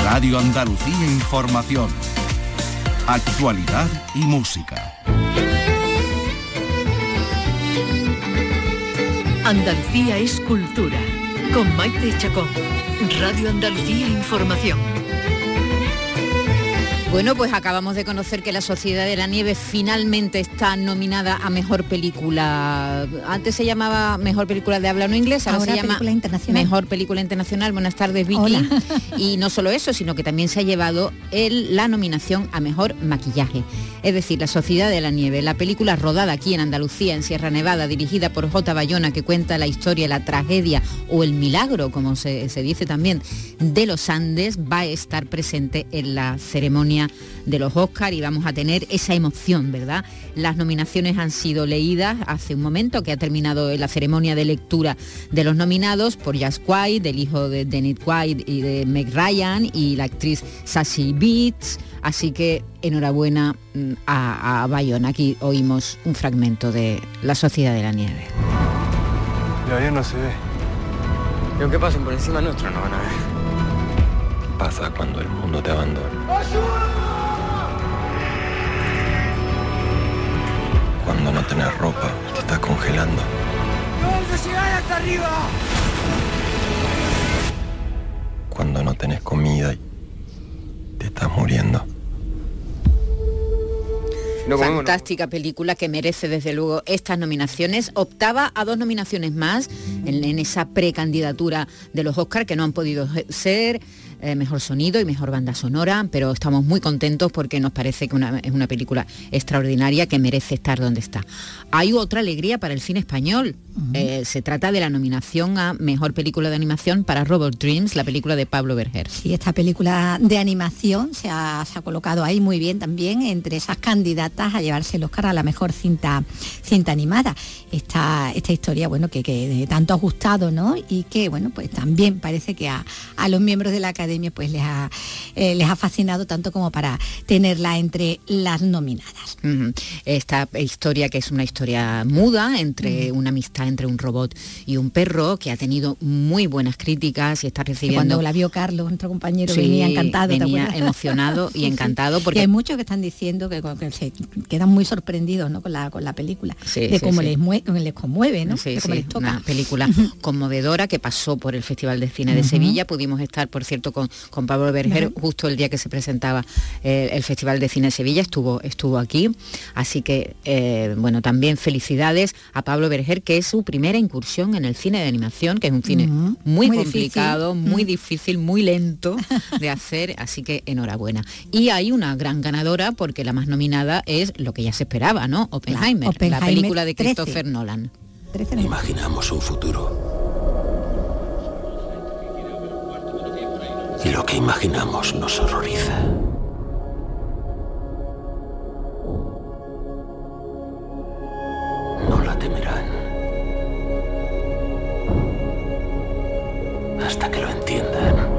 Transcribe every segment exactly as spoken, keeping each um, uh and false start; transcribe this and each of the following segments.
Radio Andalucía Información. Actualidad y música. Andalucía es cultura. Con Maite Chacón. Radio Andalucía Información. Bueno, pues acabamos de conocer que La Sociedad de la Nieve finalmente está nominada a Mejor Película. Antes se llamaba Mejor Película de Habla No Inglesa, ahora, ahora se llama Mejor Película Internacional. Buenas tardes, Vicky. Hola. Y no solo eso, sino que también se ha llevado el, la nominación a Mejor Maquillaje. Es decir, La Sociedad de la Nieve, la película rodada aquí en Andalucía, en Sierra Nevada, dirigida por J. Bayona, que cuenta la historia, la tragedia o el milagro, como se, se dice también, de los Andes, va a estar presente en la ceremonia de los Oscar y vamos a tener esa emoción, ¿verdad? Las nominaciones han sido leídas hace un momento, que ha terminado la ceremonia de lectura de los nominados por Jack White, el hijo de Dennis White y de Meg Ryan, y la actriz Sassy Beats. Así que enhorabuena a, a Bayona. Aquí oímos un fragmento de La Sociedad de la Nieve. Ya, ya no se ve. Y aunque pasen por encima nuestro, no van a ver. ¿Qué pasa cuando el mundo te abandona? Cuando no tenés ropa, te estás congelando. ¡Vamos a llegar hasta arriba! Cuando no tenés comida y te estás muriendo. No, fantástica película que merece desde luego estas nominaciones. Optaba a dos nominaciones más en, en esa precandidatura de los Oscar, que no han podido ser eh, mejor sonido y mejor banda sonora, pero estamos muy contentos porque nos parece que una, es una película extraordinaria que merece estar donde está. Hay otra alegría para el cine español. Uh-huh. Eh, se trata de la nominación a Mejor Película de Animación para Robot Dreams, la película de Pablo Berger. Sí, esta película de animación se ha, se ha colocado ahí muy bien también entre esas candidatas a llevarse el Oscar a la mejor cinta, cinta animada. Esta, esta historia, bueno, que, que tanto ha gustado, ¿no? Y que, bueno, pues también parece que a, a los miembros de la Academia pues les ha, eh, les ha fascinado tanto como para tenerla entre las nominadas. Uh-huh. Esta historia, que es una historia muda entre uh-huh. una amistad entre un robot y un perro, que ha tenido muy buenas críticas y está recibiendo... Y cuando la vio Carlos, nuestro compañero, sí, venía encantado. venía emocionado y encantado. Porque y hay muchos que están diciendo que, que se quedan muy sorprendidos, ¿no? con, la, con la película, sí, de sí, cómo sí. les, mue les conmueve, ¿no? Sí, de cómo sí, les toca. Una película conmovedora que pasó por el Festival de Cine de uh-huh. Sevilla. Pudimos estar, por cierto, con, con Pablo Berger uh-huh. justo el día que se presentaba eh, el Festival de Cine de Sevilla, estuvo, estuvo aquí. Así que, eh, bueno, también felicidades a Pablo Berger, que es su primera incursión en el cine de animación, que es un cine uh-huh. muy, muy complicado, difícil. muy uh-huh. difícil, muy lento de hacer, así que enhorabuena. Y hay una gran ganadora, porque la más nominada es lo que ya se esperaba, ¿no? Oppenheimer, Oppenheimer la película de trece. Christopher Nolan. trece Imaginamos un futuro. Y lo que imaginamos nos horroriza. No la temerán. Hasta que lo entiendan.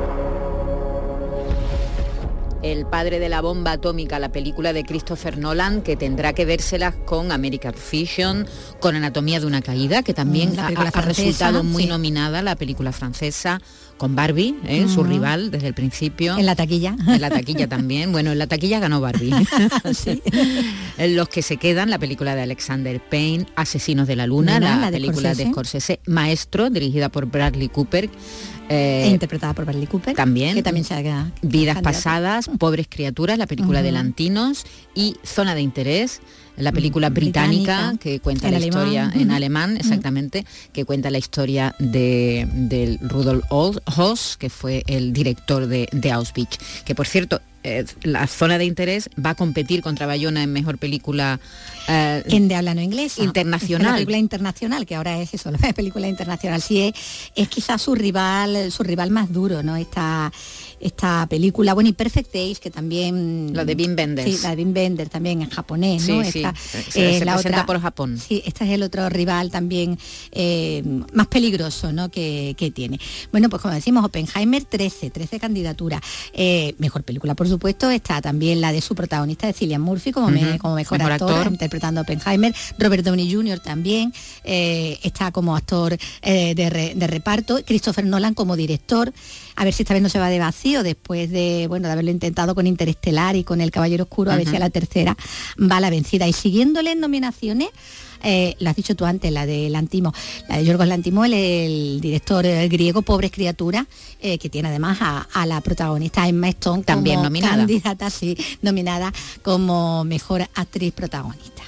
El padre de la bomba atómica, la película de Christopher Nolan, que tendrá que vérselas con American Fiction, con Anatomía de una caída, que también ha, ha resultado muy sí. nominada, la película francesa, con Barbie, ¿eh? uh-huh. su rival desde el principio. En la taquilla. En la taquilla también. Bueno, en la taquilla ganó Barbie. sí. Los que se quedan, la película de Alexander Payne, Asesinos de la Luna, Luna la, la de película Scorsese. de Scorsese, Maestro, dirigida por Bradley Cooper. Eh, e interpretada por Bradley Cooper. También. Que también se haga Vidas candidato. Pasadas, Pobres Criaturas, la película uh-huh. de Lantinos, y Zona de Interés, la película uh-huh. británica, británica que cuenta en la alemán. historia, uh-huh. en alemán, exactamente, uh-huh. que cuenta la historia de, de Rudolf Höss, que fue el director de, de Auschwitz. Que, por cierto, eh, la Zona de Interés va a competir contra Bayona en mejor película eh, en de habla no inglesa internacional, la película internacional, que ahora es eso, la película internacional. Sí, es, es quizás su rival su rival más duro, ¿no? Esta esta película, bueno, y Perfect Days, que también... La de Wim Wenders. Sí, la de Wim Wenders también en japonés, ¿no? Sí, esta, sí, se, eh, se la presenta otra, por Japón. Sí, este es el otro rival también eh, más peligroso, ¿no? Que, que tiene. Bueno, pues como decimos, Oppenheimer, trece, trece candidaturas. Eh, mejor película, por supuesto, está también la de su protagonista, de Cillian Murphy, como, uh-huh. me, como mejor, mejor actor, actor, interpretando a Oppenheimer. Robert Downey junior también eh, está como actor eh, de, re, de reparto. Christopher Nolan como director. a ver si esta vez no se va de vacío después de, bueno, de haberlo intentado con Interestelar y con El Caballero Oscuro, a uh-huh. ver si a la tercera va la vencida. Y siguiéndole en nominaciones, Eh, lo has dicho tú antes, la de Lanthimos, la de Yorgos Lanthimos, el, el director el griego Pobres Criaturas, eh, que tiene además a, a la protagonista Emma Stone también como nominada. candidata, sí, nominada como mejor actriz protagonista.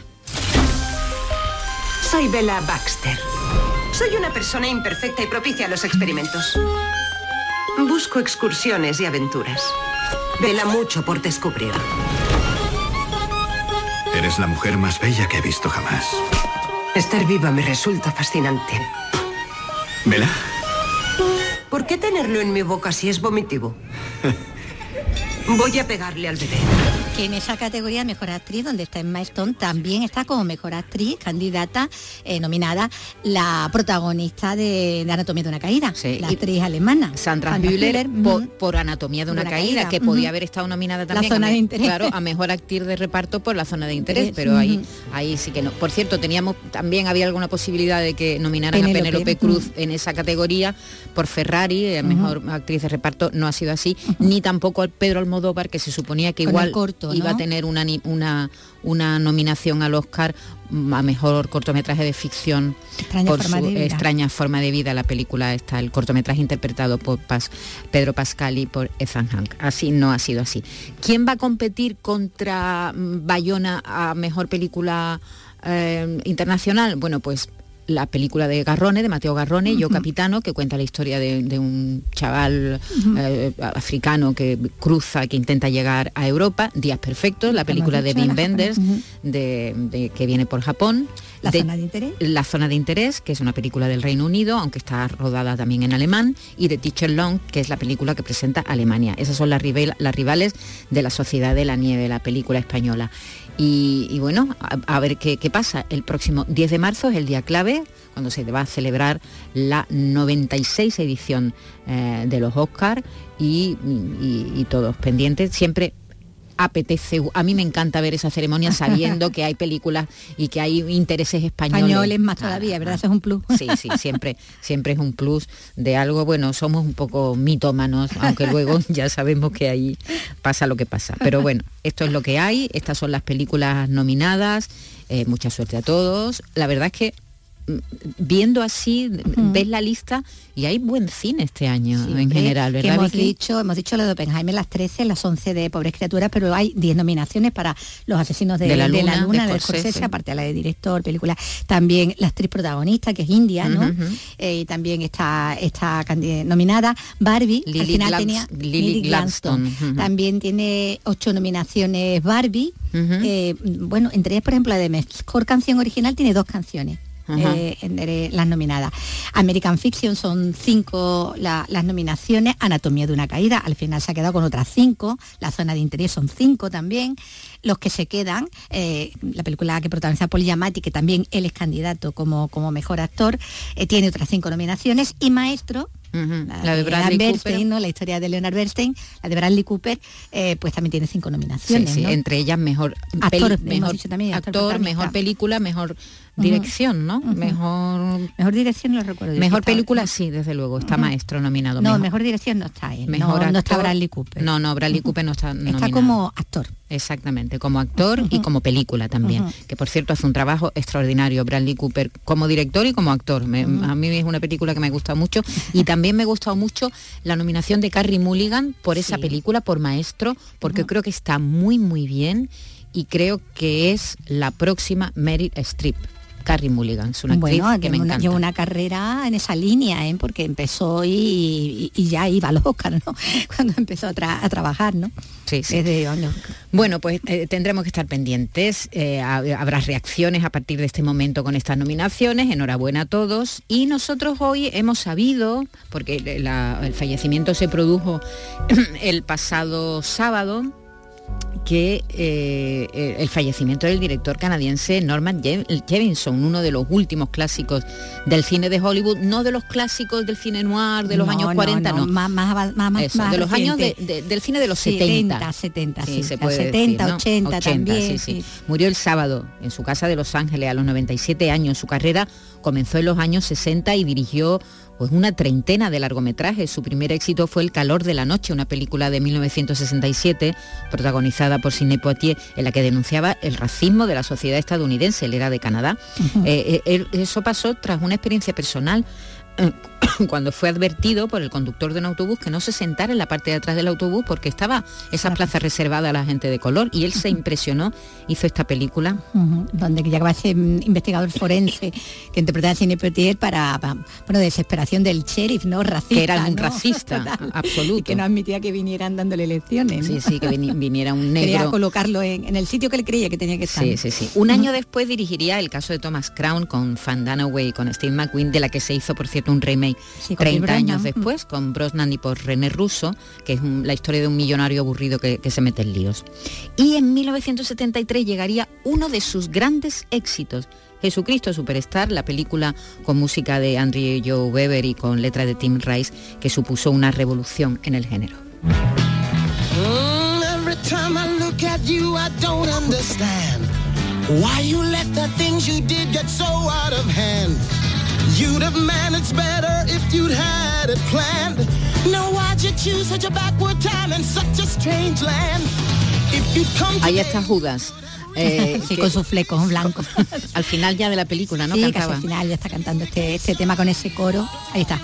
Soy Bella Baxter. Soy una persona imperfecta y propicia a los experimentos. Busco excursiones y aventuras. Vela mucho por descubrir. Eres la mujer más bella que he visto jamás. Estar viva me resulta fascinante. ¿Vela? ¿Por qué tenerlo en mi boca si es vomitivo? Voy a pegarle al bebé. Que en esa categoría de mejor actriz, donde está Emma Stone, también está como mejor actriz, candidata, eh, nominada, la protagonista de, de Anatomía de una caída, sí, la actriz alemana. Sandra, Sandra Hüller, por, uh-huh. por Anatomía de una, una caída, caída, que uh-huh. podía haber estado nominada también la zona a, de interés. Claro, a mejor actriz de reparto por La zona de interés, interés. pero uh-huh. ahí ahí sí que no. Por cierto, teníamos también había alguna posibilidad de que nominaran Penélope. a Penélope Cruz uh-huh. en esa categoría por Ferrari, uh-huh. mejor actriz de reparto, no ha sido así, uh-huh. ni tampoco a Pedro Almodóvar, que se suponía que Con igual corto, ¿no? iba a tener una una, una nominación al Oscar a mejor cortometraje de ficción extraña por forma su de vida. extraña forma de vida. La película está, el cortometraje interpretado por Pas, Pedro Pascal y por Ethan Hawke. Así no ha sido así. ¿Quién va a competir contra Bayona a mejor película eh, internacional? Bueno, pues la película de Garrone, de Mateo Garrone, uh-huh. Yo Capitano, que cuenta la historia de, de un chaval uh-huh. eh, africano que cruza, que intenta llegar a Europa. Días Perfectos, la película de Wim Wenders, uh-huh. de, de, que viene por Japón. La de, zona de interés. La zona de interés, que es una película del Reino Unido, aunque está rodada también en alemán, y de Teacher Long, que es la película que presenta Alemania. Esas son las, rival, las rivales de La Sociedad de la Nieve, la película española. Y, y bueno, a, a ver qué, qué pasa. El próximo diez de marzo es el día clave, cuando se va a celebrar la noventa y seis edición eh, de los Oscar y, y, y todos pendientes. Siempre apetece, a mí me encanta ver esa ceremonia sabiendo que hay películas y que hay intereses españoles. Españoles más todavía, ah, ¿verdad? Eso es un plus. Sí, sí, siempre, siempre es un plus de algo. Bueno, somos un poco mitómanos, aunque luego ya sabemos que ahí pasa lo que pasa. Pero bueno, esto es lo que hay, estas son las películas nominadas, eh, mucha suerte a todos. La verdad es que viendo así, uh-huh. ves la lista y hay buen cine este año, sí, en general, ¿verdad? Hemos dicho, hemos dicho lo de Oppenheimer, las trece, las once de Pobres Criaturas, pero hay diez nominaciones para Los Asesinos de, de la Luna, de, la luna, de, de Scorsese, Scorsese, aparte de la de director, película, también la actriz protagonista, que es india, ¿no? Uh-huh. Eh, y también está, está nominada Barbie, Lily al final Glans- tenía Lily Lily Gladstone, Gladstone. Uh-huh. También tiene ocho nominaciones Barbie, uh-huh. eh, bueno, entre ellas, por ejemplo, la de mejor canción original tiene dos canciones. Eh, entre las nominadas. American Fiction son cinco la, las nominaciones. Anatomía de una caída, al final se ha quedado con otras cinco. La zona de interés son cinco también. Los que se quedan, eh, la película que protagoniza Paul Giamatti, que también él es candidato como, como mejor actor, eh, tiene otras cinco nominaciones. Y Maestro, Uh-huh. La, la de Bradley Bernstein, Cooper, ¿no? La historia de Leonard Bernstein, la de Bradley Cooper, eh, pues también tiene cinco nominaciones, sí, sí, ¿no? entre ellas mejor actor, peli, mejor también, actor, actor mejor película, mejor dirección, ¿no? Uh-huh. Mejor mejor dirección no lo recuerdo. Mejor está, película ¿no? Sí, desde luego, está uh-huh. Maestro nominado. No, mejor, mejor dirección no está él. Mejor no, actor, no está Bradley Cooper. No, no, Bradley uh-huh. Cooper no está nominado. Está como actor. Exactamente, como actor uh-huh. y como película también, uh-huh. que por cierto hace un trabajo extraordinario Bradley Cooper como director y como actor. Me, uh-huh. A mí es una película que me gusta mucho y también me ha gustado mucho la nominación de Carey Mulligan por esa sí. película, por Maestro, porque uh-huh. creo que está muy muy bien y creo que es la próxima Meryl Streep. Carey Mulligan, es una actriz bueno, que me una, encanta. Lleva una carrera en esa línea, ¿eh? Porque empezó y, y, y ya iba al Oscar, ¿no? Cuando empezó a, tra- a trabajar, ¿no? Sí, sí. Desde, oh, no. Bueno, pues eh, tendremos que estar pendientes, eh, habrá reacciones a partir de este momento con estas nominaciones, enhorabuena a todos. Y nosotros hoy hemos sabido, porque la, el fallecimiento se produjo el pasado sábado, que eh, el fallecimiento del director canadiense Norman Jewison, uno de los últimos clásicos del cine de Hollywood, no de los clásicos del cine noir de los no, años cuarenta, no, no. Más, más, más, Eso, más de los reciente. años de, de, del cine de los setenta, setenta. setenta, Sí, sí, se puede setenta, decir, ¿no? ochenta, ochenta también. Sí, sí. Sí. Murió el sábado en su casa de Los Ángeles a los noventa y siete años. Su carrera comenzó en los años sesenta y dirigió pues una treintena de largometrajes. Su primer éxito fue El calor de la noche, una película de mil novecientos sesenta y siete, protagonizada por Sidney Poitier, en la que denunciaba el racismo de la sociedad estadounidense. Él era de Canadá. Uh-huh. eh, eh, eso pasó tras una experiencia personal, cuando fue advertido por el conductor de un autobús que no se sentara en la parte de atrás del autobús porque estaba esa plaza reservada a la gente de color, y él se impresionó, hizo esta película. Uh-huh. Donde llegaba ese investigador forense que interpretaba a Sidney Poitier para, para, bueno, desesperación del sheriff, ¿no? Racista. Que era un ¿no? racista, Total. absoluto. Y que no admitía que vinieran dándole lecciones, ¿no? Sí, sí, que viniera un negro. Quería colocarlo en, en el sitio que él creía que tenía que estar. Sí, sí, sí. Un año uh-huh. después dirigiría El caso de Thomas Crown con Fan Dunaway y con Steve McQueen, de la que se hizo, por cierto, un remake sí, treinta años después, con Brosnan y por René Russo, que es un, la historia de un millonario aburrido que, que se mete en líos. Y en mil novecientos setenta y tres llegaría uno de sus grandes éxitos, Jesucristo Superstar, la película con música de Andrew Lloyd Webber y con letra de Tim Rice, que supuso una revolución en el género. You'd have managed better if you'd had it planned. Now why'd you choose such a backward time in such a strange land? If you'd come to Ahí está Judas. Eh, sí, que, con sus flecos blancos. Al final ya de la película, ¿no? Sí, Cantaba. Casi al final ya está cantando este, este tema con ese coro. Ahí está.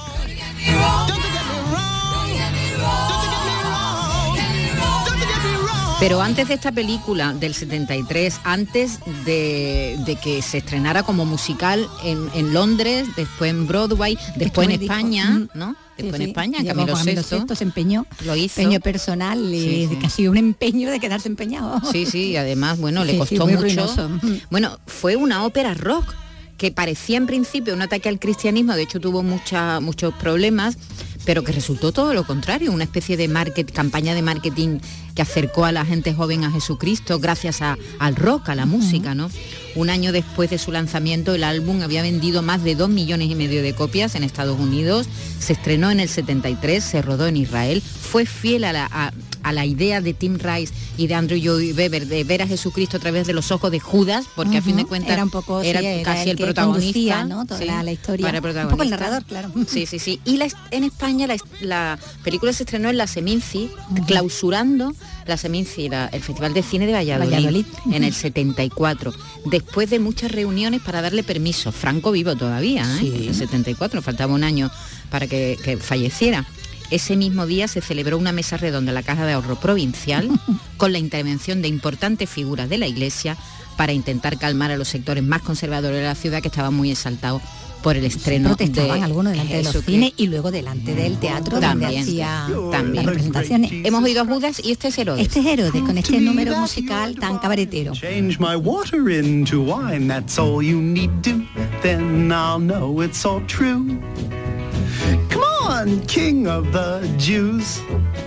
Pero antes de esta película del setenta y tres, antes de, de que se estrenara como musical en, en Londres, después en Broadway, después en España, ¿no? Después sí, en España, sí. Camilo Sesto se empeñó, lo hizo. Empeño personal, sí, sí. Casi un empeño de quedarse empeñado. Sí, sí, además, bueno, le sí, costó sí, mucho. Ruinoso. Bueno, fue una ópera rock que parecía en principio un ataque al cristianismo, de hecho tuvo mucha, muchos problemas, pero que resultó todo lo contrario, una especie de market, campaña de marketing que acercó a la gente joven a Jesucristo gracias a, al rock, a la música, ¿no? Un año después de su lanzamiento, el álbum había vendido más de dos millones y medio de copias en Estados Unidos, se estrenó en el setenta y tres, se rodó en Israel, fue fiel a la, a, a la idea de Tim Rice y de Andrew Lloyd Webber de ver a Jesucristo a través de los ojos de Judas, porque uh-huh. a fin de cuentas era, un poco, era sí, era casi el, el protagonista, ¿no? Toda sí, la, la historia, para el protagonista. Un poco el narrador, claro. Sí, sí, sí. Y la, en España la, la película se estrenó en la Seminci, uh-huh. clausurando la Seminci, la, el Festival de Cine de Valladolid, Valladolid. Uh-huh. en el setenta y cuatro, después de muchas reuniones para darle permiso. Franco vivo todavía, ¿eh? Sí. En el setenta y cuatro, faltaba un año para que, que falleciera. Ese mismo día se celebró una mesa redonda en la Caja de Ahorro Provincial con la intervención de importantes figuras de la Iglesia para intentar calmar a los sectores más conservadores de la ciudad, que estaban muy exaltados por el estreno. Sí, protestaban de algunos delante de los cines y luego delante del teatro también, donde hacía también. Las representaciones. Hemos oído a Judas y este es Herodes. Este es Herodes, con este número musical tan cabaretero. Change my water into wine, that's all you need to, then I'll know it's all true. Come on, King of the Jews.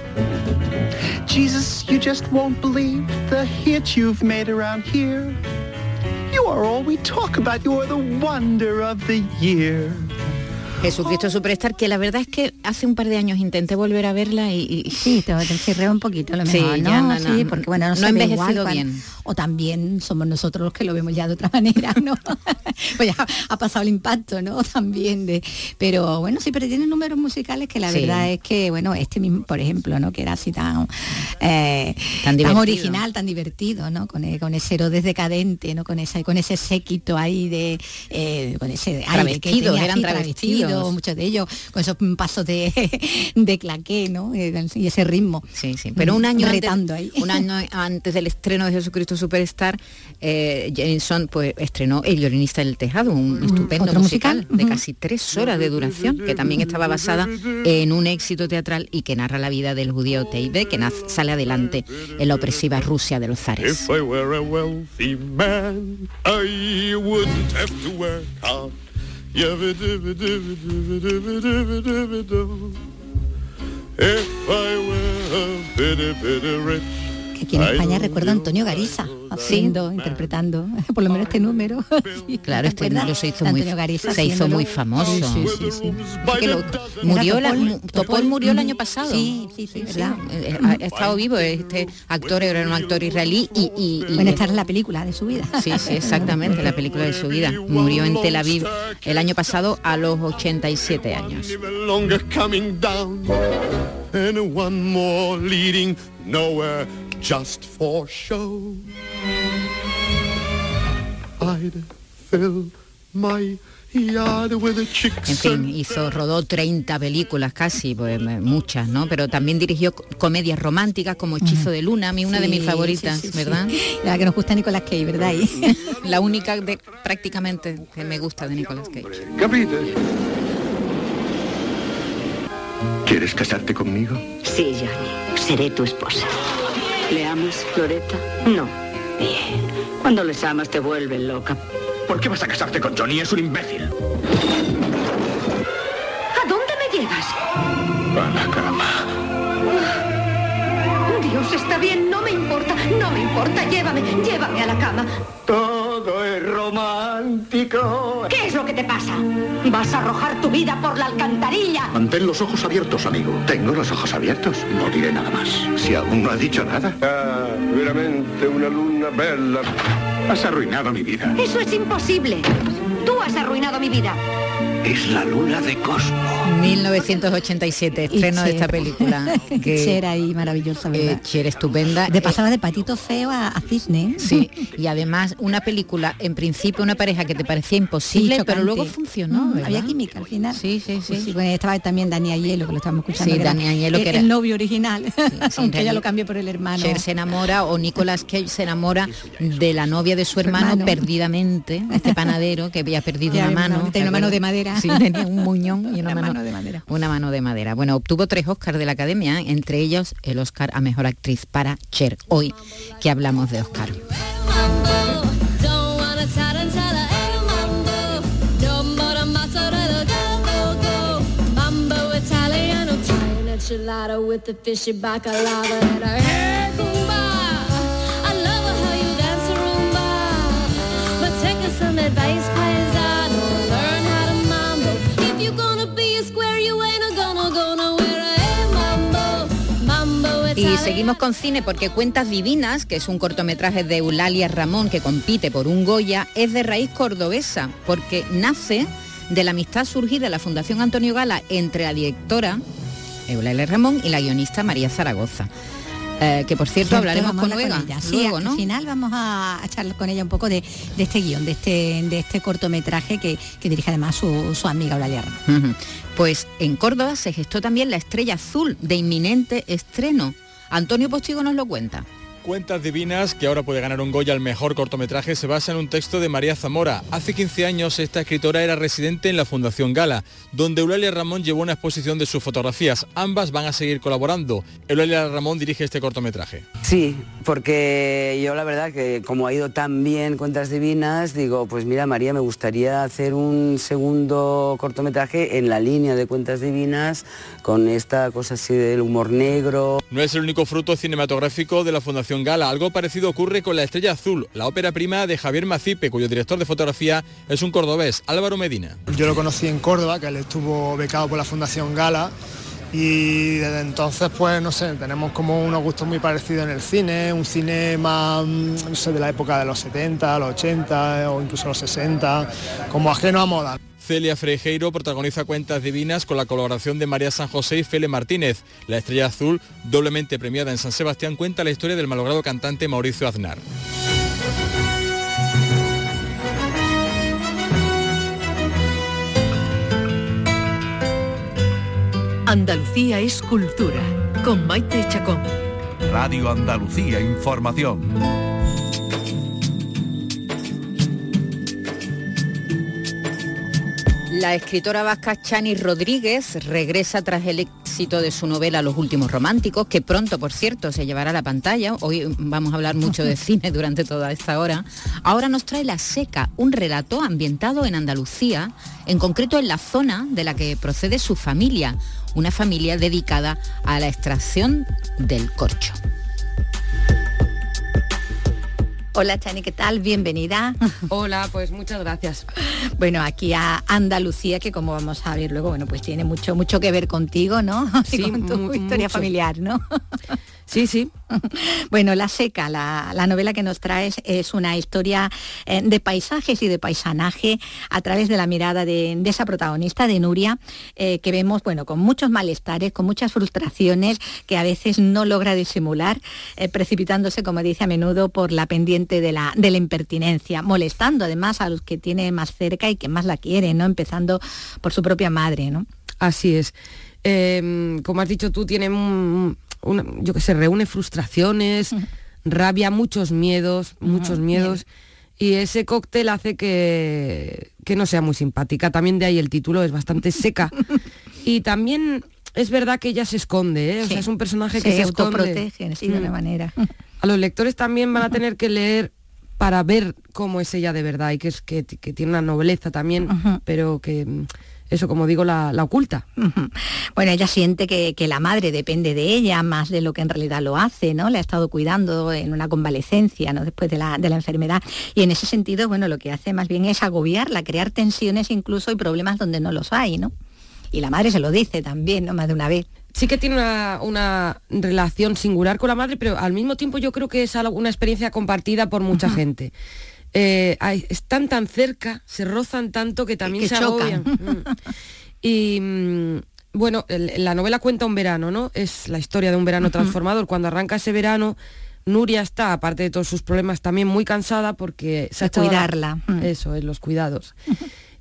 Jesus, you just won't believe the hit you've made around here. You are all we talk about. You're the wonder of the year. Jesucristo Superstar, que la verdad es que hace un par de años intenté volver a verla y... y... Sí, te, te chirreo un poquito lo mejor, sí, ¿no? Ya, no, no, sí, porque bueno, no, no se ha ve envejecido igual, bien. O también somos nosotros los que lo vemos ya de otra manera, ¿no? Pues ya ha pasado el impacto, ¿no? También de... Pero bueno, sí, pero tiene números musicales que la sí. verdad es que, bueno, este mismo, por ejemplo, ¿no? Que era así tan... Eh, tan, tan original, tan divertido, ¿no? Con, el, con ese Herodes decadente, ¿no? Con ese, con ese séquito ahí de... Eh, con ese... Travestidos, tenía, eran sí, travestidos. travestidos. Muchos de ellos con esos pasos de, de claqué, ¿no? Y ese ritmo. Sí, sí. Pero un año, antes, ahí. un año antes del estreno de Jesucristo Superstar, eh, Jameson pues estrenó El violinista del tejado, un mm, estupendo musical, musical de casi tres horas de duración, que también estaba basada en un éxito teatral y que narra la vida del judío Teibe, que nace, sale adelante en la opresiva Rusia de los zares. If I were a wealthy man, I wouldn't have to work hard. If I were a bitty, bitty rich. Aquí en España recuerdo a Antonio Gariza haciendo, sí. interpretando, por lo menos este número. Sí, claro, este número se hizo muy, se hizo muy famoso. Sí, sí, sí, sí. Que lo, murió la, Topol, Topol murió el año pasado. Sí, sí, sí, ¿verdad? Sí, ha, ha estado vivo, este actor era un actor israelí y... y, y bueno, esta es la película de su vida. Sí, sí, exactamente, la película de su vida. Murió en Tel Aviv el año pasado a los ochenta y siete años. Just for show, I'd fill my yard with a chicks. En fin, hizo, rodó treinta películas casi, pues muchas, ¿no? Pero también dirigió comedias románticas como Hechizo de Luna, a mí una sí, de mis favoritas, sí, sí, ¿verdad? Sí. La que nos gusta Nicolas Cage, ¿verdad? Y... la única de, prácticamente que me gusta de Nicolas Cage. ¿Capite? ¿Quieres casarte conmigo? Sí, Johnny, seré tu esposa. ¿Le amas, Loretta? No. Bien. Cuando les amas te vuelven loca. ¿Por qué vas a casarte con Johnny? Es un imbécil. ¿A dónde me llevas? A la cama. Dios, está bien, no me importa, no me importa. Llévame, llévame a la cama. Todo es romántico. ¿Qué es lo que te pasa? ¿Vas a arrojar tu vida por la alcantarilla? Mantén los ojos abiertos, amigo. Tengo los ojos abiertos. No diré nada más. Si aún no ha dicho nada. Ah, veramente una luna bella. Has arruinado mi vida. Eso es imposible. Tú has arruinado mi vida. Es la luna de Cosmo. mil novecientos ochenta y siete, estreno de esta película. Que Cher ahí, maravillosa, ¿verdad? Eh, Cher estupenda. De pasaba de patito feo a, a cisne. Sí, y además una película, en principio una pareja que te parecía imposible, sí, pero luego funcionó, ¿verdad? Había química al final. Sí, sí, sí. Pues sí, bueno, estaba también Dani Aiello, que lo estábamos escuchando. Sí, Dani Aiello, que el, era el novio original, sí, sí, aunque ella realidad, lo cambió por el hermano. Cher se enamora, o Nicolas Cage se enamora de la novia de su hermano, hermano. perdidamente, este panadero que había perdido una mano. Tenía una mano de madera. Sí, tenía un muñón y una, una mano, mano de madera. Una mano de madera. Bueno, obtuvo tres Oscars de la Academia, entre ellos el Oscar a Mejor Actriz para Cher. Hoy que hablamos de Oscar. Y seguimos con cine porque Cuentas Divinas, que es un cortometraje de Eulalia Ramón que compite por un Goya, es de raíz cordobesa porque nace de la amistad surgida en la Fundación Antonio Gala entre la directora Eulalia Ramón y la guionista María Zaragoza. Eh, que por cierto, cierto hablaremos con Luega con sí, luego, ¿no? Al final vamos a, a charlar con ella un poco de, de este guión, de este, de este cortometraje que, que dirige además su, su amiga Eulalia Ramón. Uh-huh. Pues en Córdoba se gestó también La Estrella Azul, de inminente estreno. Antonio Postigo nos lo cuenta. Cuentas Divinas, que ahora puede ganar un Goya al mejor cortometraje, se basa en un texto de María Zamora. Hace quince años esta escritora era residente en la Fundación Gala, donde Eulalia Ramón llevó una exposición de sus fotografías. Ambas van a seguir colaborando. Eulalia Ramón dirige este cortometraje. Sí, porque yo la verdad que como ha ido tan bien Cuentas Divinas, digo, pues mira María, me gustaría hacer un segundo cortometraje en la línea de Cuentas Divinas, con esta cosa así del humor negro. No es el único fruto cinematográfico de la Fundación Gala. Algo parecido ocurre con La Estrella Azul, la ópera prima de Javier Macipe, cuyo director de fotografía es un cordobés, Álvaro Medina. Yo lo conocí en Córdoba, que él estuvo becado por la Fundación Gala, y desde entonces, pues no sé, tenemos como unos gustos muy parecidos en el cine, un cine más, no sé, de la época de los setenta, los ochenta o incluso los sesenta, como ajeno a moda. Celia Frejeiro protagoniza Cuentas Divinas con la colaboración de María San José y Fele Martínez. La Estrella Azul, doblemente premiada en San Sebastián, cuenta la historia del malogrado cantante Mauricio Aznar. Andalucía es cultura, con Maite Chacón. Radio Andalucía Información. La escritora vasca Chani Rodríguez regresa tras el éxito de su novela Los Últimos Románticos, que pronto, por cierto, se llevará a la pantalla. Hoy vamos a hablar mucho de cine durante toda esta hora. Ahora nos trae La Seca, un relato ambientado en Andalucía, en concreto en la zona de la que procede su familia, una familia dedicada a la extracción del corcho. Hola Chani, ¿qué tal? Bienvenida. Hola, pues muchas gracias. Bueno, aquí a Andalucía, que como vamos a ver luego, bueno, pues tiene mucho mucho que ver contigo, ¿no? Sí, y con tu mu- historia mucho. familiar, ¿no? Sí, sí. Bueno, La Seca, la, la novela que nos traes es una historia eh, de paisajes y de paisanaje a través de la mirada de, de esa protagonista, de Nuria, eh, que vemos, bueno, con muchos malestares, con muchas frustraciones que a veces no logra disimular, eh, precipitándose, como dice a menudo, por la pendiente de la, de la impertinencia, molestando además a los que tiene más cerca y que más la quieren, ¿no? Empezando por su propia madre, ¿no? Así es. Eh, como has dicho tú, tiene un, una, yo que sé, reúne frustraciones, uh-huh. rabia, muchos miedos, uh-huh. muchos miedos, y ese cóctel hace que, que no sea muy simpática. También de ahí el título, es bastante seca. Y también es verdad que ella se esconde, ¿eh? O sí. sea, es un personaje que se, se autoprotege, esconde. sí, de una manera. A los lectores también van a tener que leer para ver cómo es ella de verdad, y que es que, que tiene una nobleza también, uh-huh. pero que eso, como digo, la, la oculta. Uh-huh. Bueno, ella siente que, que la madre depende de ella más de lo que en realidad lo hace, ¿no? Le ha estado cuidando en una convalecencia, ¿no? Después de la, de la enfermedad. Y en ese sentido, bueno, lo que hace más bien es agobiarla, crear tensiones incluso y problemas donde no los hay, ¿no? Y la madre se lo dice también, ¿no? Más de una vez. Sí que tiene una, una relación singular con la madre, pero al mismo tiempo yo creo que es algo, una experiencia compartida por mucha uh-huh. gente. Eh, hay, están tan cerca, se rozan tanto que también que se chocan. agobian. Y mm, bueno, el, la novela cuenta un verano, ¿no? Es la historia de un verano uh-huh. transformador. Cuando arranca ese verano, Nuria está, aparte de todos sus problemas, también muy cansada porque se ha echado cuidarla. La, uh-huh. Eso, en los cuidados. Uh-huh.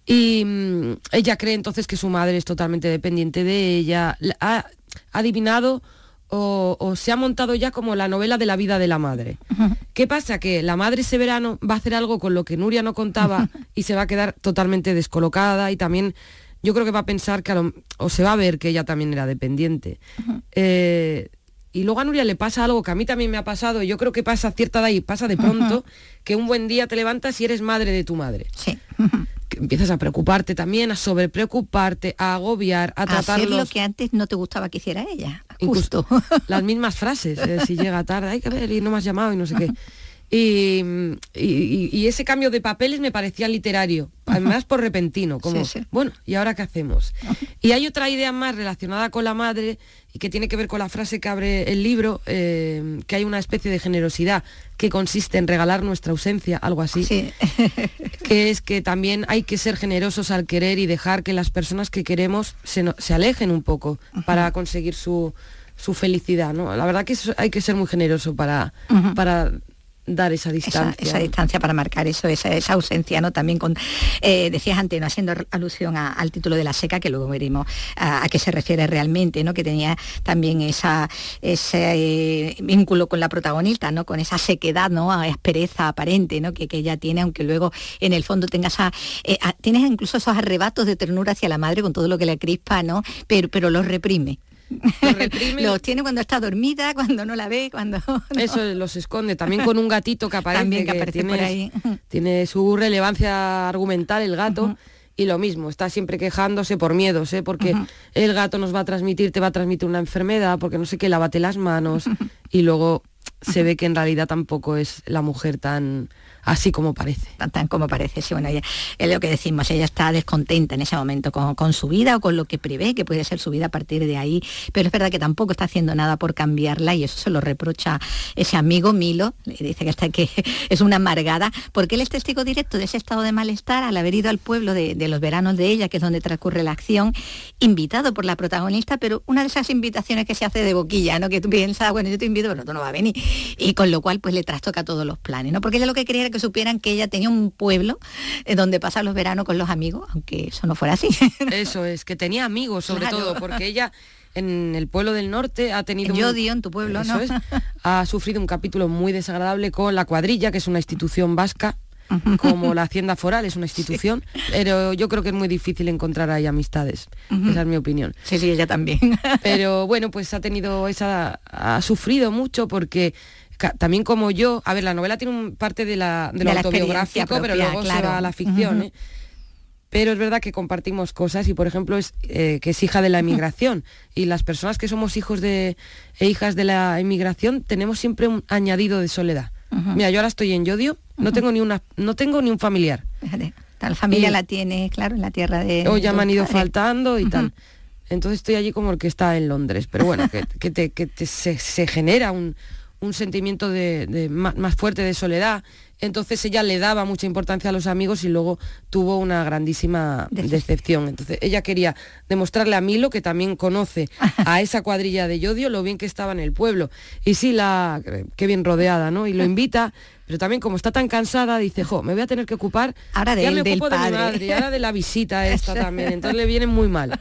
Y mm, ella cree entonces que su madre es totalmente dependiente de ella. Ha adivinado o, o se ha montado ya como la novela de la vida de la madre. Uh-huh. ¿Qué pasa? Que la madre ese verano va a hacer algo con lo que Nuria no contaba y se va a quedar totalmente descolocada, y también yo creo que va a pensar que a lo, o se va a ver que ella también era dependiente. Uh-huh. Eh, y luego a Nuria le pasa algo que a mí también me ha pasado, y yo creo que pasa a cierta edad y pasa de pronto, uh-huh. que un buen día te levantas y eres madre de tu madre. Sí. Uh-huh. Que empiezas a preocuparte también, a sobrepreocuparte, a agobiar, a tratarlos. Hacer lo que antes no te gustaba que hiciera ella. Justo. Las mismas frases, eh, si llega tarde, hay que ver, y no me has llamado y no sé qué. Y, y, y ese cambio de papeles me parecía literario, además por repentino, como, sí, sí. bueno, ¿y ahora qué hacemos? Y hay otra idea más relacionada con la madre, y que tiene que ver con la frase que abre el libro, eh, que hay una especie de generosidad que consiste en regalar nuestra ausencia, algo así, sí. que es que también hay que ser generosos al querer y dejar que las personas que queremos se, no, se alejen un poco uh-huh. para conseguir su, su felicidad, ¿no? La verdad que eso, hay que ser muy generoso para... Uh-huh. para dar esa distancia. Esa, esa distancia para marcar eso, esa, esa ausencia, ¿no? También con, eh, decías antes, ¿no? Haciendo alusión a, al título de La Seca, que luego veremos a, a qué se refiere realmente, ¿no? Que tenía también esa, ese eh, vínculo con la protagonista, ¿no? Con esa sequedad, ¿no? A aspereza aparente, ¿no? Que, que ella tiene, aunque luego en el fondo tenga esa, eh, a, tienes incluso esos arrebatos de ternura hacia la madre con todo lo que le crispa, ¿no? Pero, pero los reprime. Los, reprime. Los tiene cuando está dormida, cuando no la ve, cuando... ¿no? Eso los esconde, también con un gatito que aparece, también que, que aparece tiene, por ahí. tiene su relevancia argumental el gato, uh-huh. y lo mismo, está siempre quejándose por miedos, ¿eh? Porque uh-huh. el gato nos va a transmitir, te va a transmitir una enfermedad, porque no sé qué, lávate las manos, uh-huh. y luego se uh-huh. ve que en realidad tampoco es la mujer tan... así como parece. Tan, tan como parece, sí, bueno, ella, es lo que decimos, ella está descontenta en ese momento con, con su vida o con lo que prevé que puede ser su vida a partir de ahí, pero es verdad que tampoco está haciendo nada por cambiarla, y eso se lo reprocha ese amigo Milo, le dice que, está, que es una amargada, porque él es testigo directo de ese estado de malestar al haber ido al pueblo de, de los veranos de ella, que es donde transcurre la acción, invitado por la protagonista, pero una de esas invitaciones que se hace de boquilla, ¿no? Que tú piensas, bueno, yo te invito, pero tú no vas a venir, y con lo cual pues le trastoca todos los planes, ¿no? Porque ella lo que quería era que supieran que ella tenía un pueblo eh, donde pasa los veranos con los amigos, aunque eso no fuera así. Eso es, que tenía amigos sobre claro. todo, porque ella en el pueblo del norte ha tenido... Yo odio en tu pueblo, eso ¿no? Es, ha sufrido un capítulo muy desagradable con la cuadrilla, que es una institución vasca, como la Hacienda Foral, es una institución, sí. pero yo creo que es muy difícil encontrar ahí amistades, uh-huh. esa es mi opinión. Sí, sí, ella también. Pero bueno, pues ha tenido esa... ha sufrido mucho porque... también como yo, a ver, la novela tiene un parte de, la, de, de lo autobiográfico, propia, pero luego claro. se va a la ficción, uh-huh. ¿eh? Pero es verdad que compartimos cosas, y por ejemplo es eh, que es hija de la emigración, y las personas que somos hijos de e hijas de la emigración tenemos siempre un añadido de soledad. Uh-huh. Mira, yo ahora estoy en Llodio, no uh-huh. tengo ni una, no tengo ni un familiar. Fíjate, la familia y, la tiene, claro, en la tierra de... Hoy ya me han ido faltando y uh-huh. tal. Entonces estoy allí como el que está en Londres. Pero bueno, que, que, te, que te, se, se genera un, un sentimiento de, de más, más fuerte de soledad. Entonces ella le daba mucha importancia a los amigos y luego tuvo una grandísima decepción. Entonces ella quería demostrarle a Milo, que también conoce a esa cuadrilla de Llodio, lo bien que estaba en el pueblo. Y sí, la qué bien rodeada, ¿no? Y lo invita, pero también como está tan cansada, dice, jo, me voy a tener que ocupar, ahora de ya él, me ocupo del de padre. mi madre, y ahora de la visita esta también. Entonces le viene muy mal.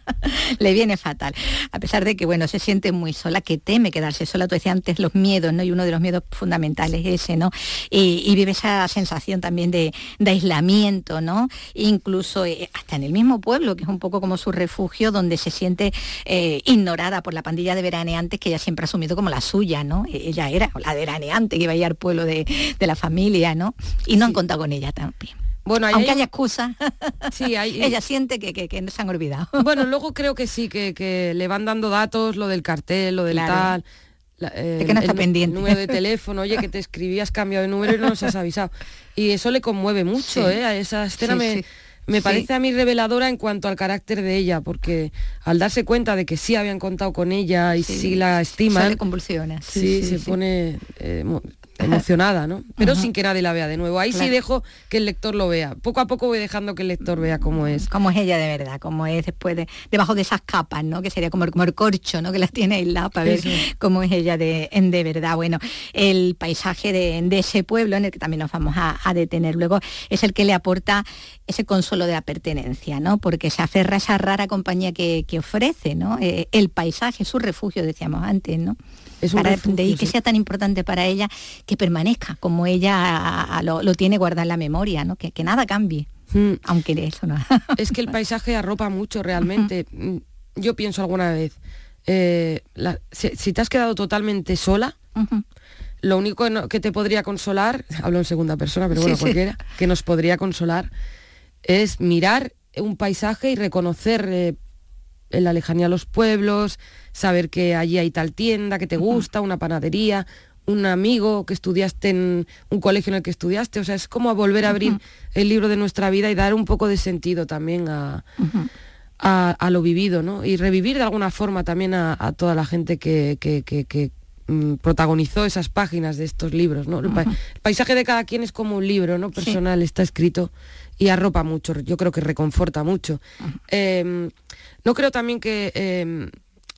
Le viene fatal. A pesar de que, bueno, se siente muy sola, que teme quedarse sola. Tú decías antes los miedos, ¿no? Y uno de los miedos fundamentales es ese, ¿no? Y, y vive esa sensación también de, de aislamiento, ¿no? Incluso eh, hasta en el mismo pueblo, que es un poco como su refugio, donde se siente eh, ignorada por la pandilla de veraneantes que ella siempre ha asumido como la suya, ¿no? Ella era la veraneante que iba a ir al pueblo de, de la familia, ¿no? Y no sí. han contado con ella también. Bueno, aunque hay... haya excusa, sí, hay... ella siente que, que, que se han olvidado. Bueno, luego creo que sí, que, que le van dando datos, lo del cartel, lo del claro. tal... La, eh, de que no está el pendiente. número de teléfono, oye, que te escribí, has cambiado de número y no nos has avisado. Y eso le conmueve mucho, sí. ¿eh? A esa escena sí, me, sí. me parece sí. a mí reveladora en cuanto al carácter de ella, porque al darse cuenta de que sí habían contado con ella y sí, sí la estiman, sale convulsiones. Sí, sí, sí, se sí. pone eh, emocionada, ¿no? Pero uh-huh. sin que nadie la vea de nuevo. Ahí claro. sí dejo que el lector lo vea. Poco a poco voy dejando que el lector vea cómo es. Cómo es ella de verdad, cómo es después de debajo de esas capas, ¿no? Que sería como el, como el corcho, ¿no? Que las tiene aisladas para ver sí. cómo es ella de, de verdad. Bueno, el paisaje de, de ese pueblo en el que también nos vamos a, a detener luego es el que le aporta ese consuelo de la pertenencia, ¿no? Porque se aferra a esa rara compañía que, que ofrece, ¿no? Eh, el paisaje, su refugio, decíamos antes, ¿no? Es un para refugio, de ahí que sí. sea tan importante para ella que permanezca como ella a, a, lo, lo tiene guardado en la memoria, ¿no? Que, que nada cambie, mm. aunque eso no. Es que el paisaje arropa mucho realmente. Uh-huh. Yo pienso alguna vez, eh, la, si, si te has quedado totalmente sola, uh-huh. lo único que, no, que te podría consolar, hablo en segunda persona, pero bueno, sí, cualquiera, sí. que nos podría consolar es mirar un paisaje y reconocer eh, en la lejanía los pueblos, saber que allí hay tal tienda que te gusta, una panadería, un amigo que estudiaste en un colegio en el que estudiaste, o sea, es como volver a abrir uh-huh. el libro de nuestra vida y dar un poco de sentido también a, uh-huh. a, a lo vivido, ¿no? Y revivir de alguna forma también a, a toda la gente que, que, que, que mm, protagonizó esas páginas de estos libros, ¿no? El, pa- el paisaje de cada quien es como un libro, ¿no? Personal, sí. está escrito y arropa mucho, yo creo que reconforta mucho. Uh-huh. Eh, no creo también que eh,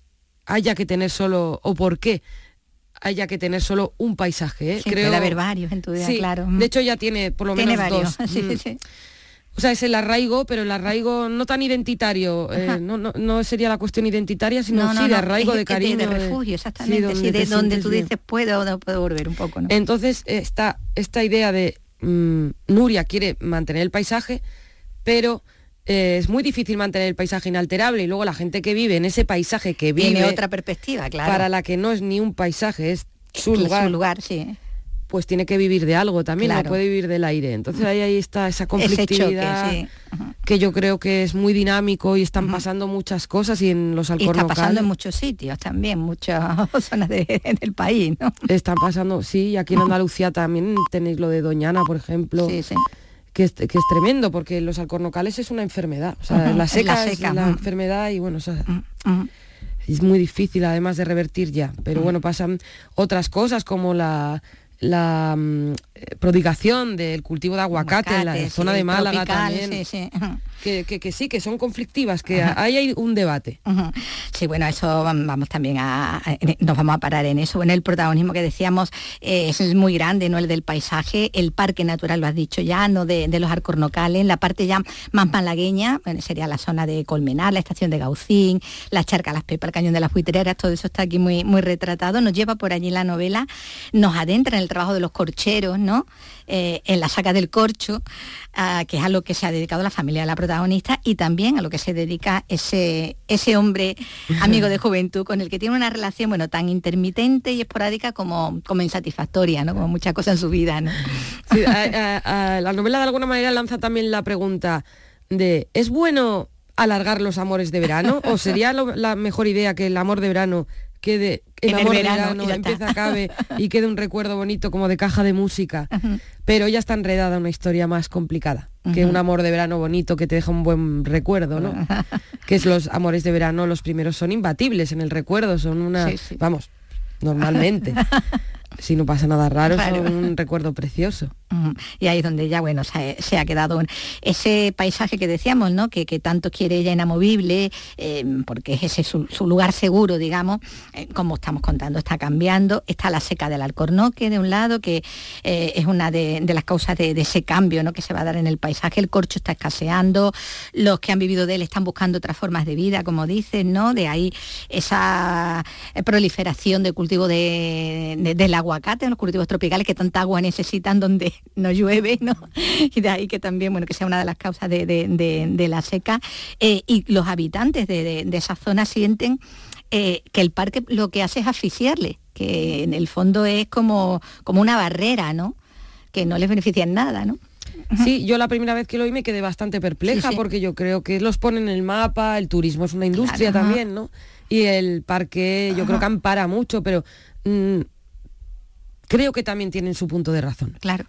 haya que tener solo, o por qué haya que tener solo un paisaje, ¿eh? Sí, creo, puede haber varios en tu vida, sí, claro. De hecho ya tiene por lo tiene menos varios. dos. Sí, mm. sí. O sea, es el arraigo, pero el arraigo no tan identitario, eh, no, no, no sería la cuestión identitaria, sino no, no, sí de no, arraigo, es, de cariño. De, de refugio, exactamente, sí, donde, sí, de donde tú dices, puedo o no puedo volver un poco, ¿no? Entonces, esta, esta idea de mmm, Nuria quiere mantener el paisaje, pero eh, es muy difícil mantener el paisaje inalterable, y luego la gente que vive en ese paisaje que vive... Tiene otra perspectiva, claro. Para la que no es ni un paisaje, es su lugar. Su lugar, sí. Pues tiene que vivir de algo también, claro. no puede vivir del aire. Entonces ahí, ahí está esa conflictividad, choque, sí. uh-huh. que yo creo que es muy dinámico y están uh-huh. pasando muchas cosas y en los alcornocales... Y está pasando en muchos sitios también, muchas zonas de, del país, ¿no? Están pasando, sí, y aquí en Andalucía también tenéis lo de Doñana, por ejemplo. Sí, sí. Que es, que es tremendo, porque los alcornocales es una enfermedad. O sea, uh-huh. la seca es la, seca. es la uh-huh. enfermedad y bueno, o sea, uh-huh. es muy difícil además de revertir ya. Pero uh-huh. bueno, pasan otras cosas como la... la um, prodigación del cultivo de aguacate, aguacate en la sí, zona de Málaga tropical, también, sí, sí. Que, que, que sí, que son conflictivas, que uh-huh. ahí hay un debate. Uh-huh. Sí, bueno, eso vamos también a, a, nos vamos a parar en eso. Bueno, el protagonismo que decíamos eh, es muy grande, ¿no? El del paisaje, el parque natural, lo has dicho ya, no de, de los alcornocales, la parte ya más malagueña, bueno, sería la zona de Colmenar, la estación de Gaucín, la charca Las Pepas, el cañón de las Buitreras, todo eso está aquí muy, muy retratado, nos lleva por allí la novela, nos adentra en el trabajo de los corcheros, ¿no? Eh, en la saca del corcho, uh, que es a lo que se ha dedicado la familia de la protagonista, y también a lo que se dedica ese, ese hombre amigo de juventud con el que tiene una relación, bueno, tan intermitente y esporádica como, como insatisfactoria, ¿no? Como muchas cosas en su vida, ¿no? Sí, a, a, a, la novela de alguna manera lanza también la pregunta de ¿es bueno alargar los amores de verano? ¿O sería lo, la mejor idea que el amor de verano quede el en amor el verano, de verano, y ya empieza, está. acabe y quede un recuerdo bonito como de caja de música. Uh-huh. Pero ella está enredada en una historia más complicada, uh-huh. que un amor de verano bonito que te deja un buen recuerdo, ¿no? Uh-huh. Que es los amores de verano, los primeros son imbatibles en el recuerdo, son una... Sí, sí. Vamos, normalmente. Si no pasa nada raro, claro. Son un recuerdo precioso. Uh-huh. Y ahí es donde ella, bueno, se, se ha quedado ese paisaje que decíamos, ¿no? Que, que tanto quiere ella inamovible, eh, porque es ese su, su lugar seguro, digamos, eh, como estamos contando, está cambiando. Está la seca del Alcornoque, de un lado, que eh, es una de, de las causas de, de ese cambio, ¿no? Que se va a dar en el paisaje. El corcho está escaseando, los que han vivido de él están buscando otras formas de vida, como dicen, ¿no? De ahí esa proliferación de cultivo de, de, del aguacate, los cultivos tropicales que tanta agua necesitan donde no llueve, ¿no? Y de ahí que también, bueno, que sea una de las causas de, de, de, de la seca. Eh, y los habitantes de, de, de esa zona sienten eh, que el parque lo que hace es asfixiarle, que en el fondo es como, como una barrera, ¿no? Que no les beneficia en nada, ¿no? Sí, yo la primera vez que lo oí me quedé bastante perpleja, sí, sí. porque yo creo que los ponen en el mapa, el turismo es una industria, claro, también, ¿no? Y el parque yo creo que ampara mucho, pero... Mmm, creo que también tienen su punto de razón. Claro.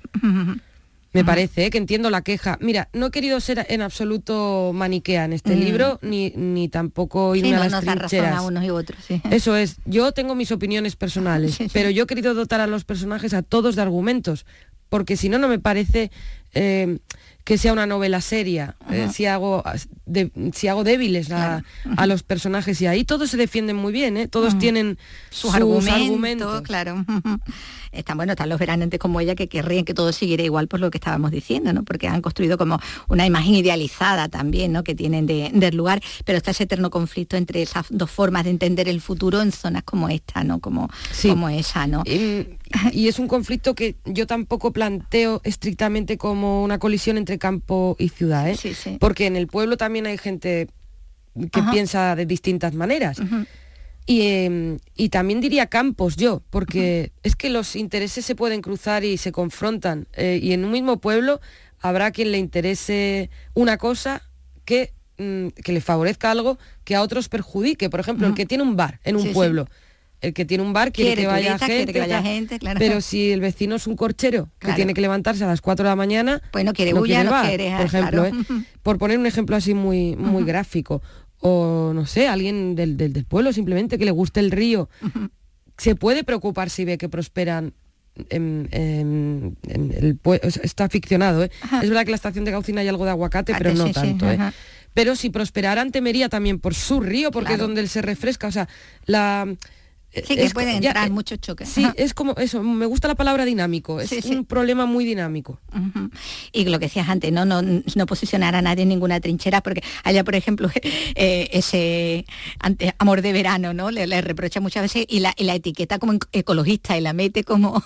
Me parece, ¿eh? Que entiendo la queja. Mira, no he querido ser en absoluto maniquea en este mm. libro, ni, ni tampoco irme sí, no, a las nos trincheras. Da razón a unos y otros, sí. Eso es. Yo tengo mis opiniones personales, sí, sí. pero yo he querido dotar a los personajes a todos de argumentos, porque si no, no me parece eh, que sea una novela seria. Eh, si hago de, si hago débiles a, claro. a los personajes, y ahí todos se defienden muy bien, ¿eh? Todos uh-huh. tienen sus, sus argumentos, argumentos. Claro. Están, bueno, están los veranantes como ella que querrían que todo siguiera igual por lo que estábamos diciendo, ¿no? Porque han construido como una imagen idealizada también, ¿no? Que tienen de, del lugar, pero está ese eterno conflicto entre esas dos formas de entender el futuro en zonas como esta, ¿no? Como, sí. como esa, ¿no? Y, y es un conflicto que yo tampoco planteo estrictamente como una colisión entre campo y ciudad, ¿eh? Sí, sí. Porque en el pueblo también hay gente que Ajá. piensa de distintas maneras. Uh-huh. Y, eh, y también diría campos yo, porque uh-huh. es que los intereses se pueden cruzar y se confrontan. Eh, y en un mismo pueblo habrá quien le interese una cosa que, mm, que le favorezca algo que a otros perjudique. Por ejemplo, uh-huh. el que tiene un bar en un sí, pueblo. Sí. El que tiene un bar quiere, quiere que vaya turista, gente, que vaya gente claro. pero si el vecino es un corchero claro. que tiene que levantarse a las cuatro de la mañana, pues no quiere no bulla, quiere no bar, quiere, por ejemplo, claro. ¿eh? Por poner un ejemplo así muy, muy uh-huh. gráfico. O no sé, alguien del, del, del pueblo simplemente que le guste el río, uh-huh. se puede preocupar si ve que prosperan en, en, en el pueblo. Está ficcionado, ¿eh? Es verdad que en la estación de Gaucín hay algo de aguacate, pero no sí, tanto, sí, ¿eh? Pero si prosperaran temería también por su río, porque claro. es donde él se refresca, o sea, la... Sí, que es, pueden entrar ya, muchos choques. Sí, Ajá. es como eso, me gusta la palabra dinámico, es sí, sí. un problema muy dinámico. Uh-huh. Y lo que decías antes, ¿no? No, no posicionar a nadie en ninguna trinchera, porque allá, por ejemplo, eh, ese ante, amor de verano, ¿no? Le, le reprocha muchas veces y la, y la etiqueta como ecologista y la mete como...